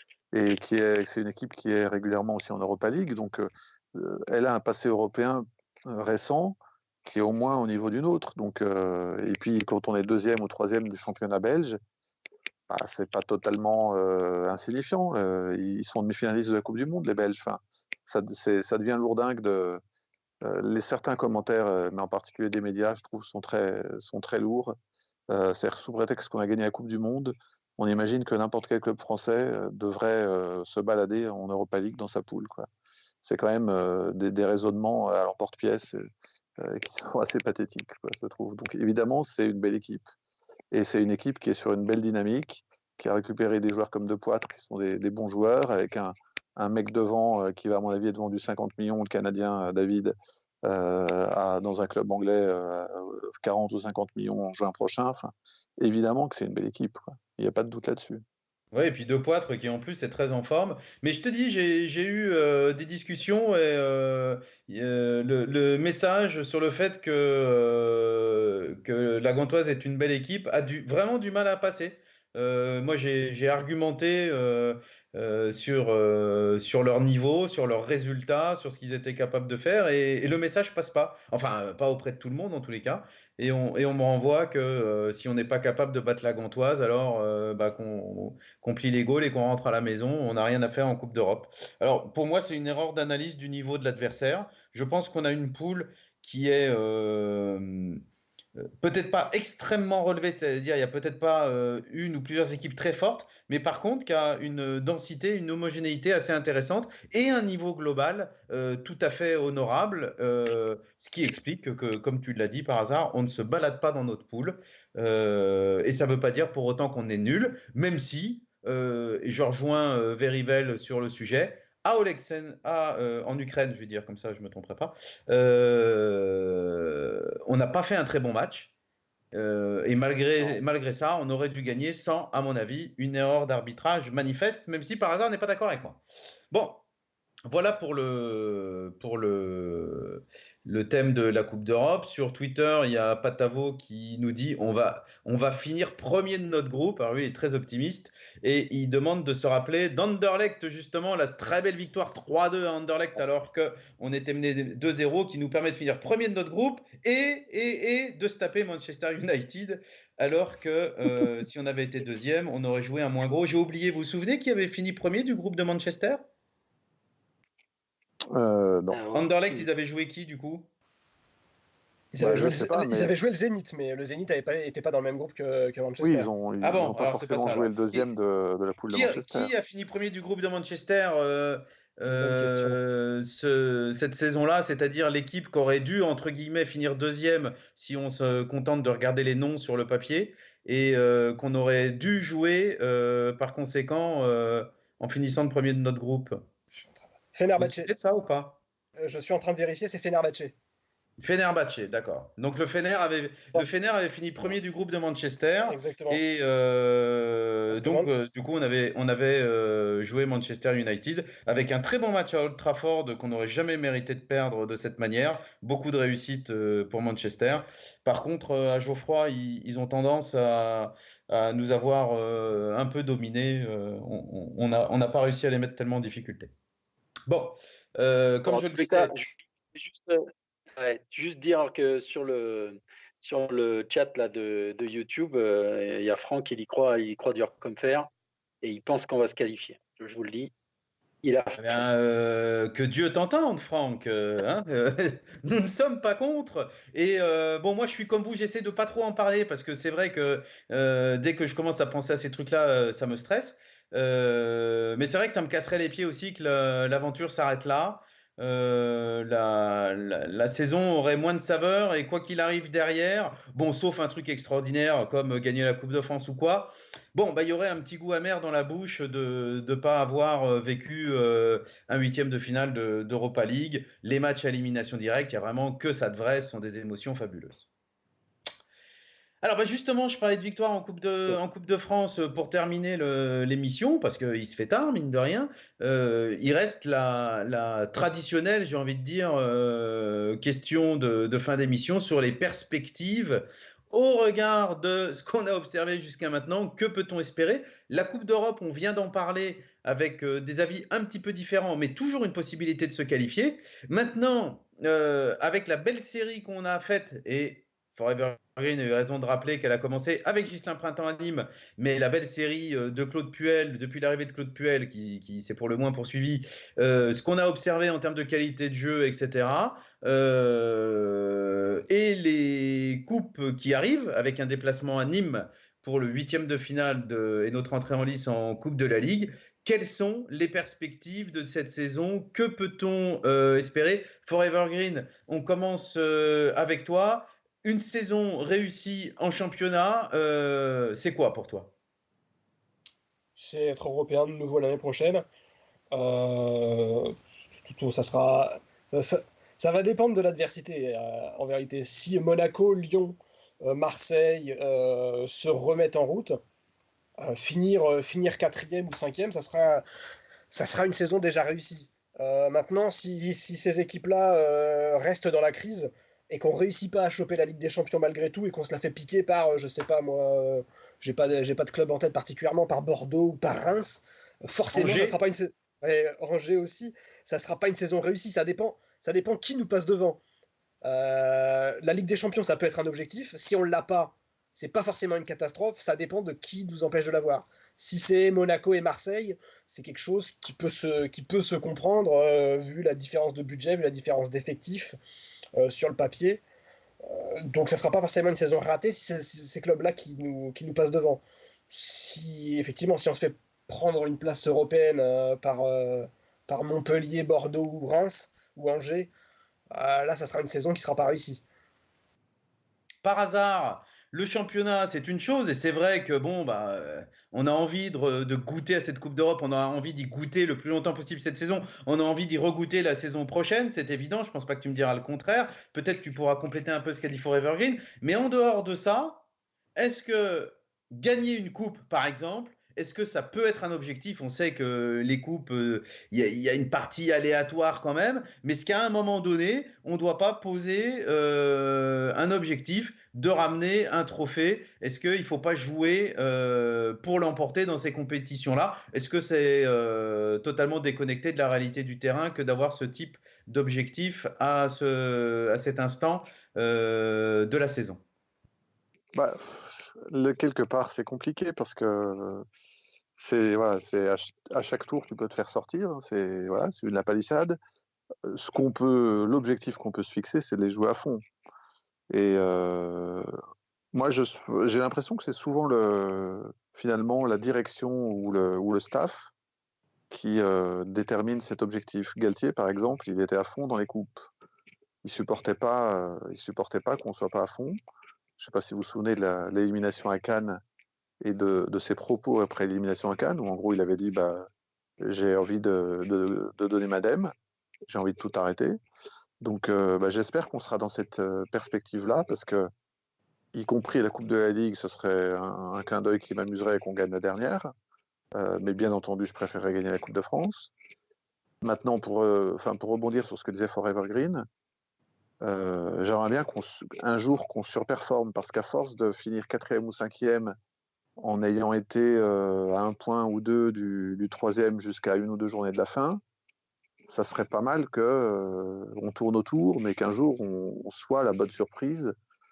et qui est, c'est une équipe qui est régulièrement aussi en Europa League. Donc, euh, elle a un passé européen euh, récent qui est au moins au niveau d'une autre. Donc, euh, et puis, quand on est deuxième ou troisième du championnat belge, bah, c'est pas totalement euh, insignifiant. Euh, ils sont demi-finalistes de la Coupe du Monde, les Belges. Enfin, ça, c'est, ça devient lourdingue de. Euh, les certains commentaires, euh, mais en particulier des médias, je trouve, sont très, sont très lourds. Euh, c'est-à-dire sous prétexte qu'on a gagné la Coupe du Monde, on imagine que n'importe quel club français euh, devrait euh, se balader en Europa League dans sa poule, quoi. C'est quand même euh, des, des raisonnements à leur porte-pièce euh, qui sont assez pathétiques, quoi, je trouve. Donc évidemment, c'est une belle équipe. Et c'est une équipe qui est sur une belle dynamique, qui a récupéré des joueurs comme De Poitre, qui sont des, des bons joueurs, avec un, un mec devant euh, qui va, à mon avis, être vendu cinquante millions, le Canadien euh, David, euh, à, dans un club anglais, euh, quarante ou cinquante millions en juin prochain. Enfin, évidemment que c'est une belle équipe, quoi. Il n'y a pas de doute là-dessus. Ouais, et puis De Poitre qui en plus est très en forme. Mais je te dis, j'ai j'ai eu euh, des discussions et euh, y- euh, le, le message sur le fait que, euh, que la Gantoise est une belle équipe a du, vraiment du mal à passer. Euh, moi, j'ai j'ai argumenté euh, euh, sur, euh, sur leur niveau, sur leurs résultats, sur ce qu'ils étaient capables de faire et, et le message passe pas. Enfin, euh, pas auprès de tout le monde en tous les cas. Et on, et on me renvoie que euh, si on n'est pas capable de battre la Gantoise, alors euh, bah, qu'on qu'on plie les Gaules et qu'on rentre à la maison, on n'a rien à faire en Coupe d'Europe. Alors, pour moi, c'est une erreur d'analyse du niveau de l'adversaire. Je pense qu'on a une poule qui est euh, euh, peut-être pas extrêmement relevée, c'est-à-dire il n'y a peut-être pas euh, une ou plusieurs équipes très fortes, mais par contre qui a une densité, une homogénéité assez intéressante et un niveau global euh, tout à fait honorable, euh, ce qui explique que, que, comme tu l'as dit par hasard, on ne se balade pas dans notre poule. Euh, et ça ne veut pas dire pour autant qu'on est nul, même si, euh, et je rejoins euh, Verivel sur le sujet, à Oleksen, à, euh, en Ukraine, je vais dire comme ça, je ne me tromperai pas, euh, on n'a pas fait un très bon match. Euh, et malgré, malgré ça, on aurait dû gagner sans, à mon avis, une erreur d'arbitrage manifeste, même si par hasard, on n'est pas d'accord avec moi. Bon, Voilà pour le, pour le, le thème de la Coupe d'Europe. Sur Twitter, il y a Patavo qui nous dit on va, on va finir premier de notre groupe. Alors lui, il est très optimiste et il demande de se rappeler d'Anderlecht, justement, la très belle victoire trois deux à Anderlecht alors qu'on était mené deux zéro qui nous permet de finir premier de notre groupe et, et, et de se taper Manchester United alors que euh, si on avait été deuxième, on aurait joué un moins gros. J'ai oublié, vous vous souvenez qui avait fini premier du groupe de Manchester ? Euh, non. Ah, Anderlecht, oui. ils avaient joué qui du coup? Ils Bah, avaient, je joué, sais le, pas, ils mais- avaient joué le Zénith, mais le Zénith n'était pas dans le même groupe que, que Manchester. Oui, ils ont, ils, Ah bon, ils ont pas alors c'est pas forcément ça, joué alors. le deuxième de, de la poule de Qui a, Manchester. qui a fini premier du groupe de Manchester euh, Bonne question. euh, ce- cette saison-là, c'est-à-dire l'équipe qui aurait dû, entre guillemets, finir deuxième si on se contente de regarder les noms sur le papier, et euh, qu'on aurait dû jouer euh, par conséquent euh, en finissant de premier de notre groupe. Vous vous Fenerbahçe. souvenez de ça ou pas? Euh, Je suis en train de vérifier, c'est Fenerbahçe. Fenerbahçe, d'accord. Donc le Fener avait, le Fener avait fini premier du groupe de Manchester. Exactement. Et euh, Parce que donc, Man- euh, du coup, on avait, on avait euh, joué Manchester United avec un très bon match à Old Trafford qu'on n'aurait jamais mérité de perdre de cette manière. Beaucoup de réussite euh, pour Manchester. Par contre, euh, à Geoffroy, ils, ils ont tendance à, à nous avoir euh, un peu dominés. Euh, on on n'a on n'a pas réussi à les mettre tellement en difficulté. Bon, euh, comme Bon, en je le tous les cas, disais, je vais juste, euh, ouais, juste dire que sur le, sur le chat là, de, de YouTube, euh, il y a Franck, il y croit, il y croit dur comme fer et il pense qu'on va se qualifier. Je vous le dis, il a eh bien, euh, que Dieu t'entende, Franck. euh, hein, euh, nous ne sommes pas contre. Et euh, bon, moi, je suis comme vous, j'essaie de pas trop en parler parce que c'est vrai que euh, dès que je commence à penser à ces trucs-là, euh, ça me stresse. Euh, mais c'est vrai que ça me casserait les pieds aussi que le- l'aventure s'arrête là. Euh, la, la- la saison aurait moins de saveur et quoi qu'il arrive derrière, bon, sauf un truc extraordinaire comme gagner la Coupe de France ou quoi, bon, bah, il y aurait un petit goût amer dans la bouche de ne pas avoir euh, vécu euh, un huitième de finale de- d'Europa League. Les matchs à élimination directe, il n'y a vraiment que ça de vrai, ce sont des émotions fabuleuses. Alors bah, justement, je parlais de victoire en Coupe de, en Coupe de France euh, pour terminer le- l'émission, parce qu'il se fait tard, mine de rien. Euh, il reste la, la traditionnelle, j'ai envie de dire, euh, question de, de fin d'émission sur les perspectives. Au regard de ce qu'on a observé jusqu'à maintenant, que peut-on espérer? La Coupe d'Europe, on vient d'en parler avec euh, des avis un petit peu différents, mais toujours une possibilité de se qualifier. Maintenant, euh, avec la belle série qu'on a faite, et Forever Green a eu raison de rappeler qu'elle a commencé avec Ghislain Printemps à Nîmes, mais la belle série de Claude Puel, depuis l'arrivée de Claude Puel, qui, qui s'est pour le moins poursuivi, euh, ce qu'on a observé en termes de qualité de jeu, et cetera. Euh, et les coupes qui arrivent, avec un déplacement à Nîmes pour le huitième de finale de, et notre entrée en lice en Coupe de la Ligue. Quelles sont les perspectives de cette saison? Que peut-on euh, espérer? Forever Green, on commence euh, avec toi. Une saison réussie en championnat, euh, c'est quoi pour toi? C'est être européen de nouveau l'année prochaine. Euh, tout- ça sera, ça, ça- ça va dépendre de l'adversité, euh, en vérité. Si Monaco, Lyon, euh, Marseille euh, se remettent en route, euh, finir, euh, finir quatrième ou cinquième, ça sera, ça sera une saison déjà réussie. Euh, maintenant, si, si ces équipes-là euh, restent dans la crise et qu'on réussit pas à choper la Ligue des Champions malgré tout et qu'on se la fait piquer par, euh, je sais pas moi, euh, j'ai pas, de- j'ai pas de club en tête particulièrement, par Bordeaux ou par Reims, forcément, Angers ça sera pas une saison. Angers aussi, ça sera pas une saison réussie. Ça dépend, ça dépend qui nous passe devant. Euh, la Ligue des Champions, ça peut être un objectif. Si on l'a pas, c'est pas forcément une catastrophe. Ça dépend de qui nous empêche de l'avoir. Si c'est Monaco et Marseille, c'est quelque chose qui peut se, qui peut se comprendre euh, vu la différence de budget, vu la différence d'effectifs euh, sur le papier. Euh, donc ça sera pas forcément une saison ratée si c'est si c'est ces clubs-là qui nous, qui nous passent devant. Si effectivement, si on se fait prendre une place européenne euh, par, euh, par Montpellier, Bordeaux ou Reims ou Angers, euh, là, ça sera une saison qui sera pas réussie. Par hasard, le championnat, c'est une chose, et c'est vrai que bon, bah, euh, on a envie de, de goûter à cette Coupe d'Europe, on a envie d'y goûter le plus longtemps possible cette saison, on a envie d'y regoûter la saison prochaine, c'est évident, je pense pas que tu me diras le contraire, peut-être que tu pourras compléter un peu ce qu'a dit Forever Green, mais en dehors de ça, est-ce que gagner une coupe, par exemple, Est-ce que ça peut être un objectif? On sait que les coupes, il euh, y, y a une partie aléatoire quand même, mais est-ce qu'à un moment donné, on ne doit pas poser euh, un objectif de ramener un trophée? Est-ce qu'il ne faut pas jouer euh, pour l'emporter dans ces compétitions-là? Est-ce que c'est euh, totalement déconnecté de la réalité du terrain que d'avoir ce type d'objectif à, ce, à cet instant euh, de la saison? Bah, le, quelque part, c'est compliqué parce que c'est voilà, c'est à, à chaque tour tu peux te faire sortir. C'est voilà, c'est une la palissade. Ce qu'on peut, l'objectif qu'on peut se fixer, c'est de les jouer à fond. Et euh, moi, je, j'ai l'impression que c'est souvent le, finalement la direction ou le, ou le staff qui euh, détermine cet objectif. Galtier, par exemple, il était à fond dans les coupes. Il supportait pas, euh, il supportait pas qu'on soit pas à fond. Je ne sais pas si vous vous souvenez de la, l'élimination à Cannes et de, de ses propos après l'élimination à Cannes, où en gros il avait dit bah, j'ai envie de, de, de donner ma dème, j'ai envie de tout arrêter. Donc euh, bah, j'espère qu'on sera dans cette euh, perspective-là, parce que, y compris la Coupe de la Ligue, ce serait un, un clin d'œil qui m'amuserait qu'on gagne la dernière. Euh, mais bien entendu, je préférerais gagner la Coupe de France. Maintenant, pour, euh, pour rebondir sur ce que disait Forever Green, euh, j'aimerais bien qu'on, un jour qu'on surperforme, parce qu'à force de finir quatrième ou cinquième en ayant été euh, à un point ou deux du, du troisième jusqu'à une ou deux journées de la fin, ça serait pas mal qu'on euh, tourne autour, mais qu'un jour on, on soit la bonne surprise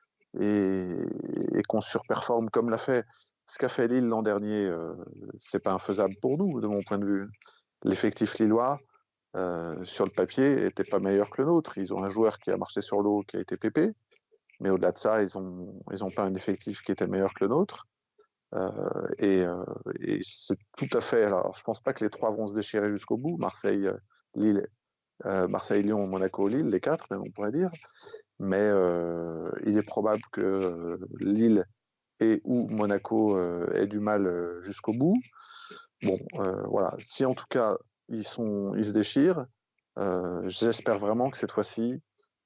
et, et qu'on surperforme comme l'a fait. Ce qu'a fait Lille l'an dernier, euh, c'est pas infaisable pour nous, de mon point de vue. L'effectif lillois, euh, sur le papier, était pas meilleur que le nôtre. Ils ont un joueur qui a marché sur l'eau, qui a été Pépé, mais au-delà de ça, ils ont, ils ont pas un effectif qui était meilleur que le nôtre. Euh, et, euh, et c'est tout à fait. Alors, je pense pas que les trois vont se déchirer jusqu'au bout. Marseille, Lille, euh, Marseille, Lyon, Monaco, Lille, les quatre, même on pourrait dire. Mais euh, il est probable que euh, Lille et ou Monaco euh, aient du mal euh, jusqu'au bout. Bon, euh, voilà. Si en tout cas ils sont, ils se déchirent, euh, j'espère vraiment que cette fois-ci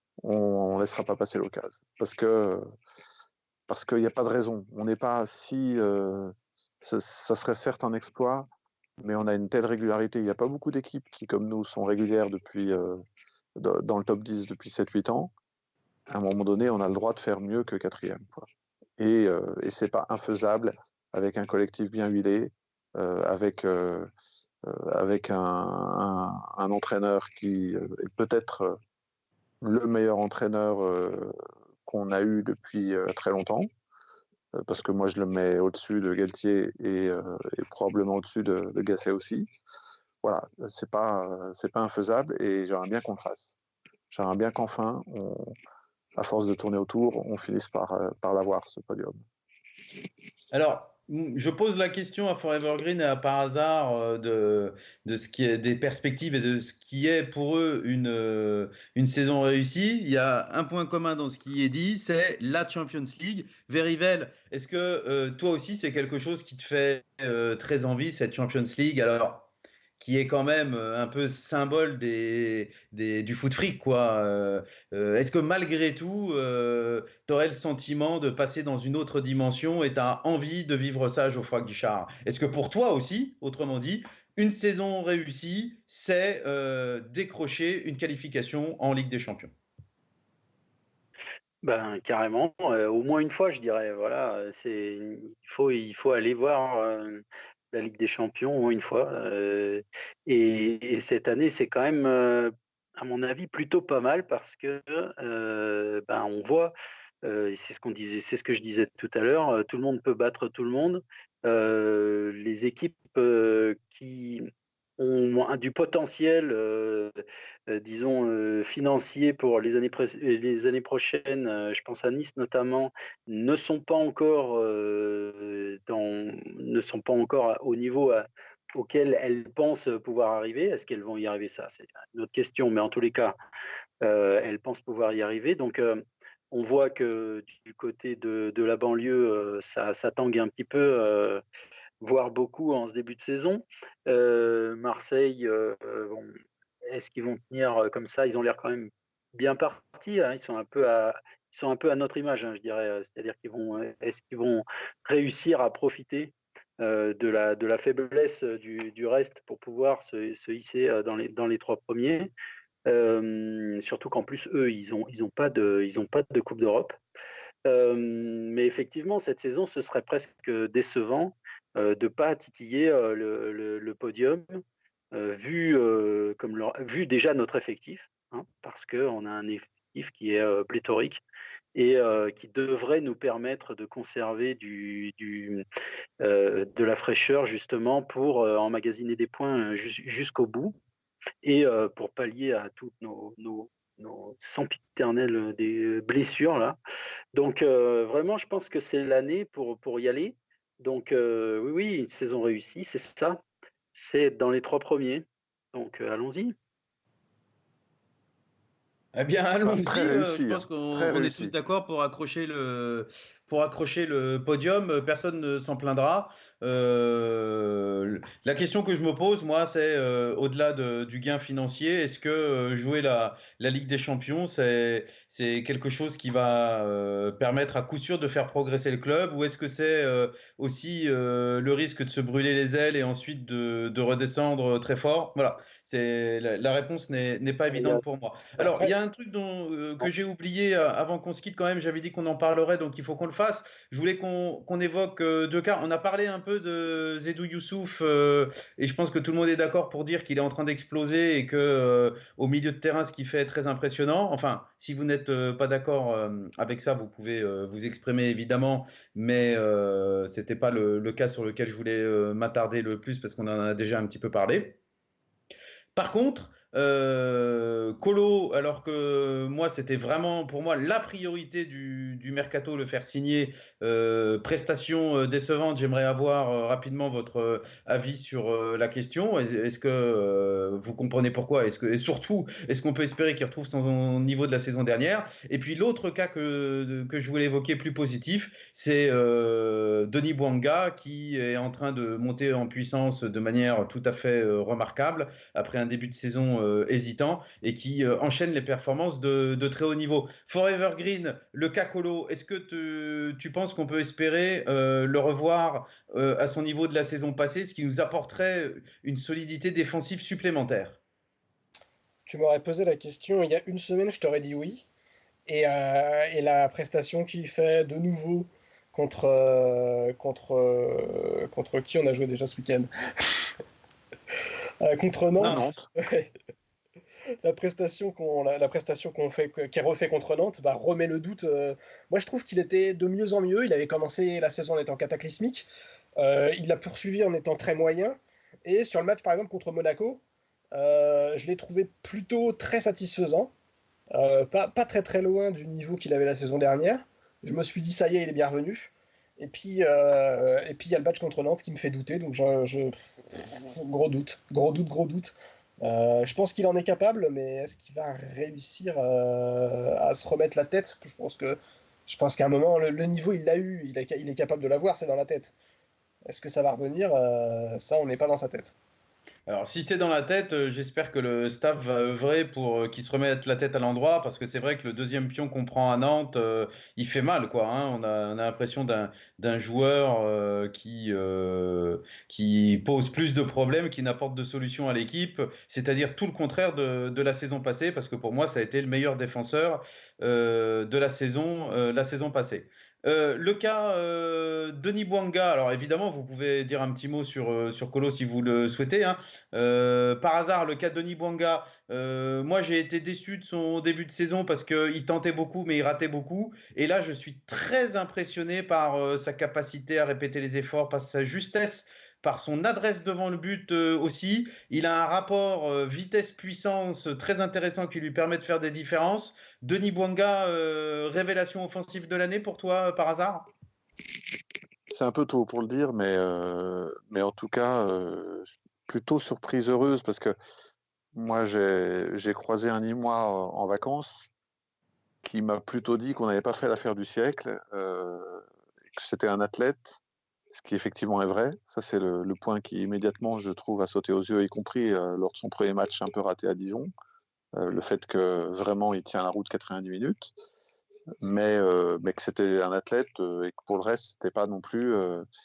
on ne laissera pas passer l'occasion, parce que parce qu'il n'y a pas de raison. On n'est pas si euh, ça, ça serait certes un exploit, mais on a une telle régularité. Il n'y a pas beaucoup d'équipes qui, comme nous, sont régulières depuis euh, dans le top dix depuis sept huit ans. À un moment donné, on a le droit de faire mieux que quatrième, quoi. Et, euh, et c'est pas infaisable avec un collectif bien huilé, euh, avec, euh, euh, avec un, un, un entraîneur qui est peut-être le meilleur entraîneur euh, qu'on a eu depuis euh, très longtemps, euh, parce que moi je le mets au-dessus de Galtier et, euh, et probablement au-dessus de, de Gasset aussi. Voilà, c'est pas, c'est pas infaisable, et j'aimerais bien qu'on le fasse. J'aimerais bien qu'enfin, on, à force de tourner autour, on finisse par, par l'avoir, ce podium. Alors, je pose la question à Forever Green et à Par Hasard euh, de, de ce qui est des perspectives et de ce qui est pour eux une, euh, une saison réussie. Il y a un point commun dans ce qui est dit, c'est la Champions League. Verivel, est-ce que euh, toi aussi c'est quelque chose qui te fait euh, très envie, cette Champions League? Alors, qui est quand même euh, un peu symbole des, des, du foot fric, quoi. Euh, euh, est-ce que malgré tout, euh, tu aurais le sentiment de passer dans une autre dimension et tu as envie de vivre ça, Geoffroy Guichard? Est-ce que pour toi aussi, autrement dit, une saison réussie, c'est euh, décrocher une qualification en Ligue des Champions? Ben, carrément, euh, au moins une fois, je dirais. Voilà, c'est, il faut, il faut aller voir euh, la Ligue des Champions au moins une fois. Euh, et, et cette année, c'est quand même, euh, à mon avis, plutôt pas mal, parce que euh, ben, on voit, euh, c'est ce qu'on disait, c'est ce que je disais tout à l'heure, euh, tout le monde peut battre tout le monde. Euh, les équipes euh, qui ont du potentiel, euh, euh, disons, euh, financier pour les années, pré- les années prochaines, euh, je pense à Nice notamment, ne sont pas encore, euh, dans, ne sont pas encore au niveau à- auquel elles pensent pouvoir arriver. Est-ce qu'elles vont y arriver? Ça, c'est une autre question, mais en tous les cas, euh, elles pensent pouvoir y arriver. Donc, euh, on voit que du côté de, de la banlieue, euh, ça, ça tangue un petit peu. Euh, voire beaucoup en ce début de saison. Euh, Marseille, euh, bon, est-ce qu'ils vont tenir comme ça? Ils ont l'air quand même bien partis, hein. Ils sont un peu à, ils sont un peu à notre image, hein, je dirais. C'est-à-dire qu'ils vont, est-ce qu'ils vont réussir à profiter euh, de, la, de la faiblesse du, du reste pour pouvoir se, se hisser dans les, dans les trois premiers. Euh, surtout qu'en plus, eux, ils n'ont ils ont pas, de, ils ont pas de Coupe d'Europe. Euh, mais effectivement, cette saison, ce serait presque décevant euh, de ne pas titiller euh, le, le, le podium, euh, vu, euh, comme leur, vu déjà notre effectif, hein, parce qu'on a un effectif qui est euh, pléthorique et euh, qui devrait nous permettre de conserver du, du, euh, de la fraîcheur justement pour euh, emmagasiner des points jusqu'au bout et euh, pour pallier à toutes nos, nos, nos sempiternelles des blessures là. Donc euh, vraiment, je pense que c'est l'année pour, pour y aller. Donc euh, oui, oui, une saison réussie, c'est ça. C'est être dans les trois premiers. Donc euh, allons-y. Eh bien, allons-y. Très euh, réussi, je pense hein. qu'on Très on est réussi. tous d'accord pour accrocher le, pour accrocher le podium. euh, Personne ne s'en plaindra. Euh, la question que je me pose, moi, c'est euh, au-delà de- du gain financier, est-ce que euh, jouer la, la Ligue des Champions, c'est, c'est quelque chose qui va euh, permettre à coup sûr de faire progresser le club, ou est-ce que c'est euh, aussi euh, le risque de se brûler les ailes et ensuite de, de redescendre très fort? Voilà. C'est, la, la réponse n'est n'est pas Et, euh, évidente pour moi. Alors, il y Après, a un truc dont, euh, que bon, j'ai oublié euh, avant qu'on se quitte quand même. J'avais dit qu'on en parlerait, donc il faut qu'on le fasse. Je voulais qu'on qu'on évoque euh, deux cas. On a parlé un peu de Zedou Youssouf, euh, et je pense que tout le monde est d'accord pour dire qu'il est en train d'exploser et que euh, au milieu de terrain, ce qu'il fait est très impressionnant. Enfin, si vous n'êtes euh, pas d'accord euh, avec ça, vous pouvez euh, vous exprimer évidemment, mais euh, c'était pas le, le cas sur lequel je voulais euh, m'attarder le plus parce qu'on en a déjà un petit peu parlé. Par contre, euh, Colo, alors que moi, c'était vraiment pour moi la priorité du, du mercato, le faire signer. Euh, prestation euh, décevante, j'aimerais avoir euh, rapidement votre euh, avis sur euh, la question. Est- Est-ce que euh, vous comprenez pourquoi? Est-ce que, et surtout, est-ce qu'on peut espérer qu'il retrouve son niveau de la saison dernière? Et puis l'autre cas que, que je voulais évoquer plus positif, c'est euh, Denis Bouanga qui est en train de monter en puissance de manière tout à fait euh, remarquable après un début de saison euh, hésitant et qui euh, enchaîne les performances de, de, très haut niveau. Forever Green, le cas Colo, est-ce que te, tu penses qu'on peut espérer euh, le revoir euh, à son niveau de la saison passée, ce qui nous apporterait une solidité défensive supplémentaire? tu m'aurais posé la question il y a une semaine, je t'aurais dit oui. Et, euh, et la prestation qu'il fait de nouveau contre, euh, contre, euh, contre qui on a joué déjà ce week-end? Euh, contre À Nantes. Nantes. Ouais. La prestation qu'on la, la prestation qu'on fait qui est refait contre Nantes bah, remet le doute. Euh, moi, je trouve qu'il était de mieux en mieux. Il avait commencé la saison en étant cataclysmique. Euh, il l'a poursuivi en étant très moyen. Et sur le match, par exemple, contre Monaco, euh, je l'ai trouvé plutôt très satisfaisant. Euh, pas, pas très très loin du niveau qu'il avait la saison dernière. Je me suis dit, ça y est, il est bien revenu. Et puis, euh, et puis il y a le match contre Nantes qui me fait douter. Donc, je, je- gros doute, gros doute, gros doute. Euh, je pense qu'il en est capable, mais est-ce qu'il va réussir euh, à se remettre la tête? Je pense que, je pense qu'à un moment, le, le niveau, il l'a eu, il est, il est capable de l'avoir, c'est dans la tête. Est-ce que ça va revenir? Euh, Ça, on n'est pas dans sa tête. Alors, si c'est dans la tête, euh, j'espère que le staff va œuvrer pour euh, qu'il se remette la tête à l'endroit, parce que c'est vrai que le deuxième pion qu'on prend à Nantes, euh, il fait mal, quoi, hein. On a, on a l'impression d'un d'un joueur euh, qui, euh, qui pose plus de problèmes, qui n'apporte de solutions à l'équipe, c'est-à-dire tout le contraire de, de la saison passée, parce que pour moi, ça a été le meilleur défenseur euh, de la saison, euh, la saison passée. Euh, le cas euh, Denis Bouanga, alors évidemment, vous pouvez dire un petit mot sur, euh, sur Colo si vous le souhaitez, hein. Euh, par hasard, le cas de Denis Bouanga, euh, moi j'ai été déçu de son début de saison parce qu'il tentait beaucoup mais il ratait beaucoup. Et là, je suis très impressionné par euh, sa capacité à répéter les efforts, par sa justesse, par son adresse devant le but euh, aussi. Il a un rapport euh, vitesse-puissance très intéressant qui lui permet de faire des différences. Denis Bouanga, euh, révélation offensive de l'année pour toi, par hasard? C'est un peu tôt pour le dire, mais, euh, mais en tout cas, euh, plutôt surprise heureuse parce que moi, j'ai j'ai croisé un Nîmois en en vacances qui m'a plutôt dit qu'on n'avait pas fait l'affaire du siècle, euh, et que c'était un athlète, ce qui effectivement est vrai. Ça, c'est le, le point qui immédiatement, je trouve, a sauté aux yeux, y compris euh, lors de son premier match un peu raté à Dijon. Euh, le fait que vraiment il tient la route quatre-vingt-dix minutes, mais, euh, mais que c'était un athlète euh, et que pour le reste, c'était pas non plus. Euh,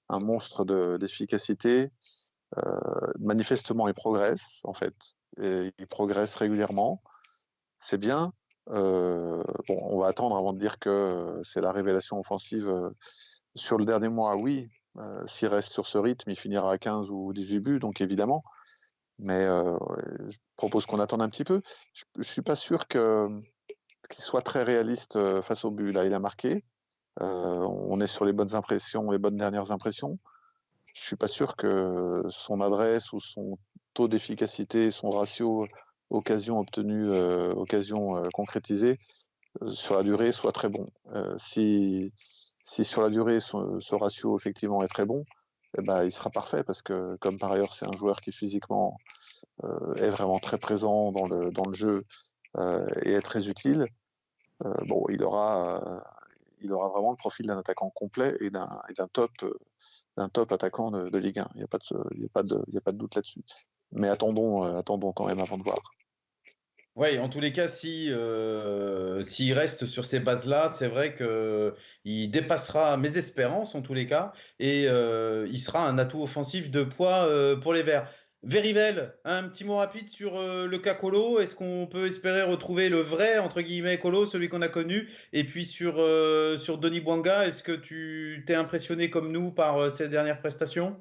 un monstre de, d'efficacité. Euh, manifestement, il progresse, en fait. Et il progresse régulièrement. C'est bien. Euh, bon, on va attendre avant de dire que c'est la révélation offensive sur le dernier mois. Oui, euh, s'il reste sur ce rythme, il finira à quinze ou dix-huit buts, donc évidemment. Mais euh, je propose qu'on attende un petit peu. Je ne suis pas sûr que, qu'il soit très réaliste face au but. Là, il a marqué. Euh, on est sur les bonnes impressions, les bonnes dernières impressions. Je ne suis pas sûr que son adresse ou son taux d'efficacité, son ratio occasion obtenue, euh, occasion euh, concrétisée, euh, sur la durée soit très bon. Euh, si, si sur la durée, ce, ce ratio effectivement est très bon, eh ben, il sera parfait parce que, comme par ailleurs, c'est un joueur qui physiquement euh, est vraiment très présent dans le, dans le jeu euh, et est très utile. Euh, bon, il aura, euh, il aura vraiment le profil d'un attaquant complet et d'un, et d'un top. Euh, d'un top attaquant de, de Ligue un. Il n'y a, a, pas de, y a pas de doute là-dessus. Mais attendons, euh, attendons quand même avant de voir. Oui, en tous les cas, si, euh, s'il reste sur ces bases-là, c'est vrai qu'il dépassera mes espérances en tous les cas et euh, il sera un atout offensif de poids euh, pour les Verts. Verivel, un petit mot rapide sur euh, le cas Colo. Est-ce qu'on peut espérer retrouver le vrai, entre guillemets, Colo, celui qu'on a connu? Et puis sur, euh, sur Denis Bouanga, est-ce que tu t'es impressionné comme nous par euh, ses dernières prestations?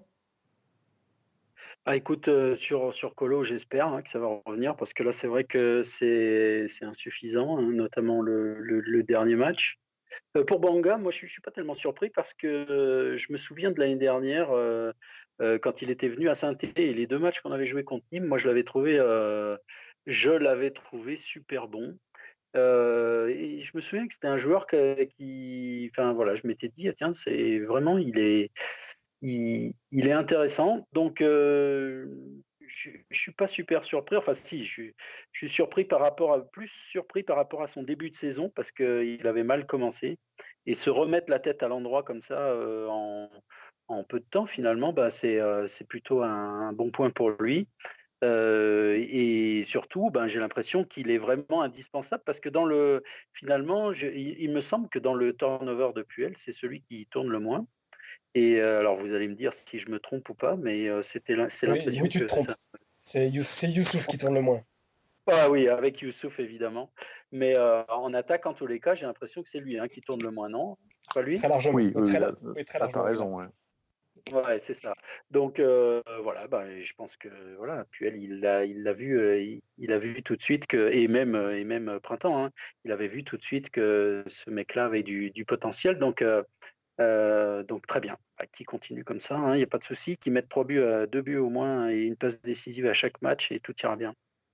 Ah, écoute, euh, sur, sur Colo, j'espère hein, que ça va revenir parce que là, c'est vrai que c'est c'est insuffisant, hein, notamment le, le, le dernier match. Euh, pour Banga, moi, je ne suis pas tellement surpris parce que euh, je me souviens de l'année dernière, euh, euh, quand il était venu à Saint-Étienne, et les deux matchs qu'on avait joués contre Nîmes, moi, je l'avais trouvé, euh, je l'avais trouvé super bon. Euh, et je me souviens que c'était un joueur que- qui, enfin voilà, je m'étais dit, ah, tiens, c'est vraiment, il est, il, il est intéressant. Donc, euh, je, je suis pas super surpris. Enfin, si, je, suis- je suis surpris par rapport à, plus surpris par rapport à son début de saison parce qu'il avait mal commencé. Et se remettre la tête à l'endroit comme ça euh, en, en peu de temps, finalement, bah, c'est euh, c'est plutôt un, un bon point pour lui. Euh, et surtout, ben, j'ai l'impression qu'il est vraiment indispensable parce que dans le, finalement, je- il, il me semble que dans le turnover de Puel, c'est celui qui tourne le moins. Et euh, alors, vous allez me dire si je me trompe ou pas, mais euh, c'était, l'im- c'est Oui, oui, l'impression tu te que trompes. ça. C'est Yous- c'est Youssouf qui tourne le moins. Ah oui, avec Youssouf évidemment. Mais euh, en attaque, en tous les cas, j'ai l'impression que c'est lui hein, qui tourne le moins, non? Pas lui? Très largement. Oui, Oui, oui, très, la- là, oui, très là, t'as largement. Oui, là. raison. Ouais. Ouais, c'est ça. Donc euh, voilà, bah, je pense que voilà, Puel, il l'a, il l'a vu, euh, il, il a vu tout de suite que, et même, euh, et même euh, Printemps, hein, il avait vu tout de suite que ce mec-là avait du, du potentiel. Donc, euh, euh, donc très bien, bah, qu'il continue comme ça, hein, il n'y a pas de souci, qu'il mette trois buts, à, deux buts au moins et une passe décisive à chaque match et tout ira bien.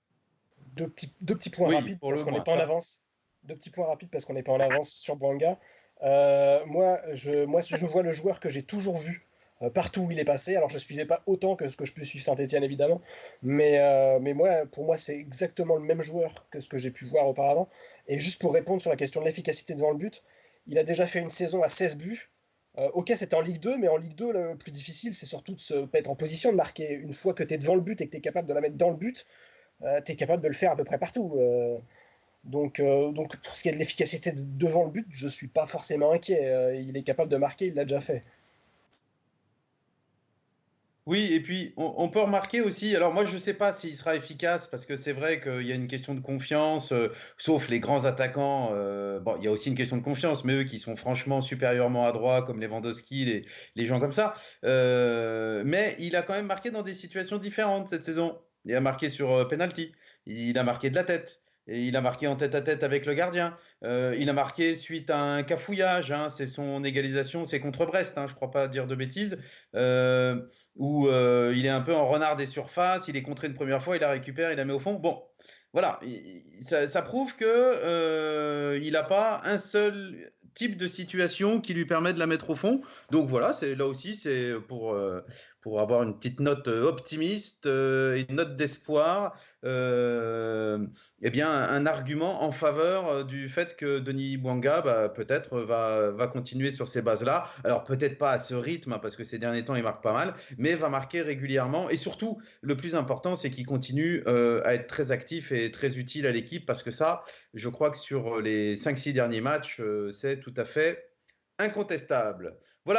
Deux petits, deux petits points Oui, rapides pour parce le qu'on n'est moins. pas en Ça. avance. Deux petits points rapides parce qu'on n'est pas en avance sur Bouanga. Euh, moi, je, moi, je vois le joueur que j'ai toujours vu euh, partout où il est passé. Alors, je ne suivais pas autant que ce que je peux suivre Saint-Etienne, évidemment. Mais, euh, mais moi, pour moi, c'est exactement le même joueur que ce que j'ai pu voir auparavant. Et juste pour répondre sur la question de l'efficacité devant le but, il a déjà fait une saison à seize buts. Euh, ok, c'était en Ligue deux, mais en Ligue deux, le plus difficile, c'est surtout de se mettre en position de marquer. Une fois que tu es devant le but et que tu es capable de la mettre dans le but, euh, tu es capable de le faire à peu près partout. Euh, donc, euh, donc, pour ce qui est de l'efficacité de- devant le but, je suis pas forcément inquiet. Euh, il est capable de marquer, il l'a déjà fait. Oui, et puis on, on peut remarquer aussi, alors moi je ne sais pas s'il sera efficace parce que c'est vrai qu'il y a une question de confiance, euh, sauf les grands attaquants. Euh, bon, il y a aussi une question de confiance, mais eux qui sont franchement supérieurement adroits, comme Lewandowski, les, les gens comme ça. Euh, mais il a quand même marqué dans des situations différentes cette saison. Il a marqué sur euh, penalty, il a marqué de la tête. Et il a marqué en tête à tête avec le gardien. Euh, il a marqué suite à un cafouillage. Hein, c'est son égalisation, c'est contre Brest, hein, je ne crois pas dire de bêtises. Euh, où euh, il est un peu en renard des surfaces, il est contré une première fois, il la récupère, il la met au fond. Bon, voilà, ça, ça prouve que euh, il n'a pas un seul type de situation qui lui permet de la mettre au fond. Donc voilà, c'est là aussi c'est pour euh, pour avoir une petite note optimiste, euh, une note d'espoir, euh, eh bien un, un, argument en faveur du fait que Denis Bouanga bah, peut-être va va continuer sur ces bases-là. Alors peut-être pas à ce rythme hein, parce que ces derniers temps il marque pas mal, mais va marquer régulièrement et surtout le plus important c'est qu'il continue euh, à être très actif et très utile à l'équipe parce que ça, je crois que sur les cinq six derniers matchs, euh, c'est tout à fait incontestable. Voilà.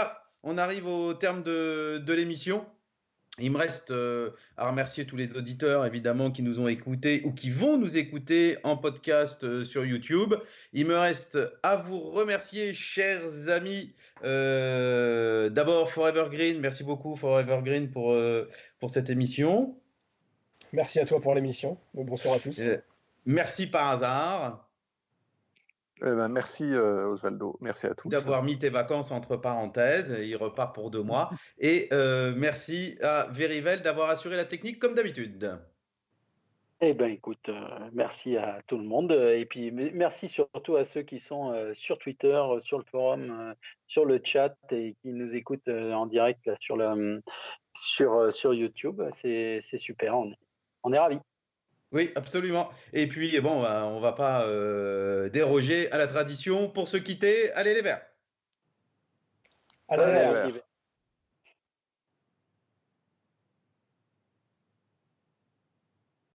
on arrive au terme de, de l'émission. Il me reste euh, à remercier tous les auditeurs, évidemment, qui nous ont écoutés ou qui vont nous écouter en podcast euh, sur YouTube. Il me reste à vous remercier, chers amis. Euh, D'abord, Forever Green. Merci beaucoup, Forever Green, pour, euh, pour cette émission. Merci à toi pour l'émission. Bonsoir à tous. Euh, merci par hasard. Eh ben, merci euh, Osvaldo, merci à tous. D'avoir mis tes vacances entre parenthèses, il repart pour deux mois. Et euh, merci à Verivel d'avoir assuré la technique comme d'habitude. Eh bien, écoute, euh, merci à tout le monde. Et puis, merci surtout à ceux qui sont euh, sur Twitter, sur le forum, euh, sur le chat et qui nous écoutent euh, en direct là, sur, le, sur, euh, sur YouTube. C'est super, on est, on est ravis. Oui, absolument. Et puis, bon, on ne va pas euh, déroger à la tradition. Pour se quitter, allez les Verts. Allez, Allez, les les Verts. Verts.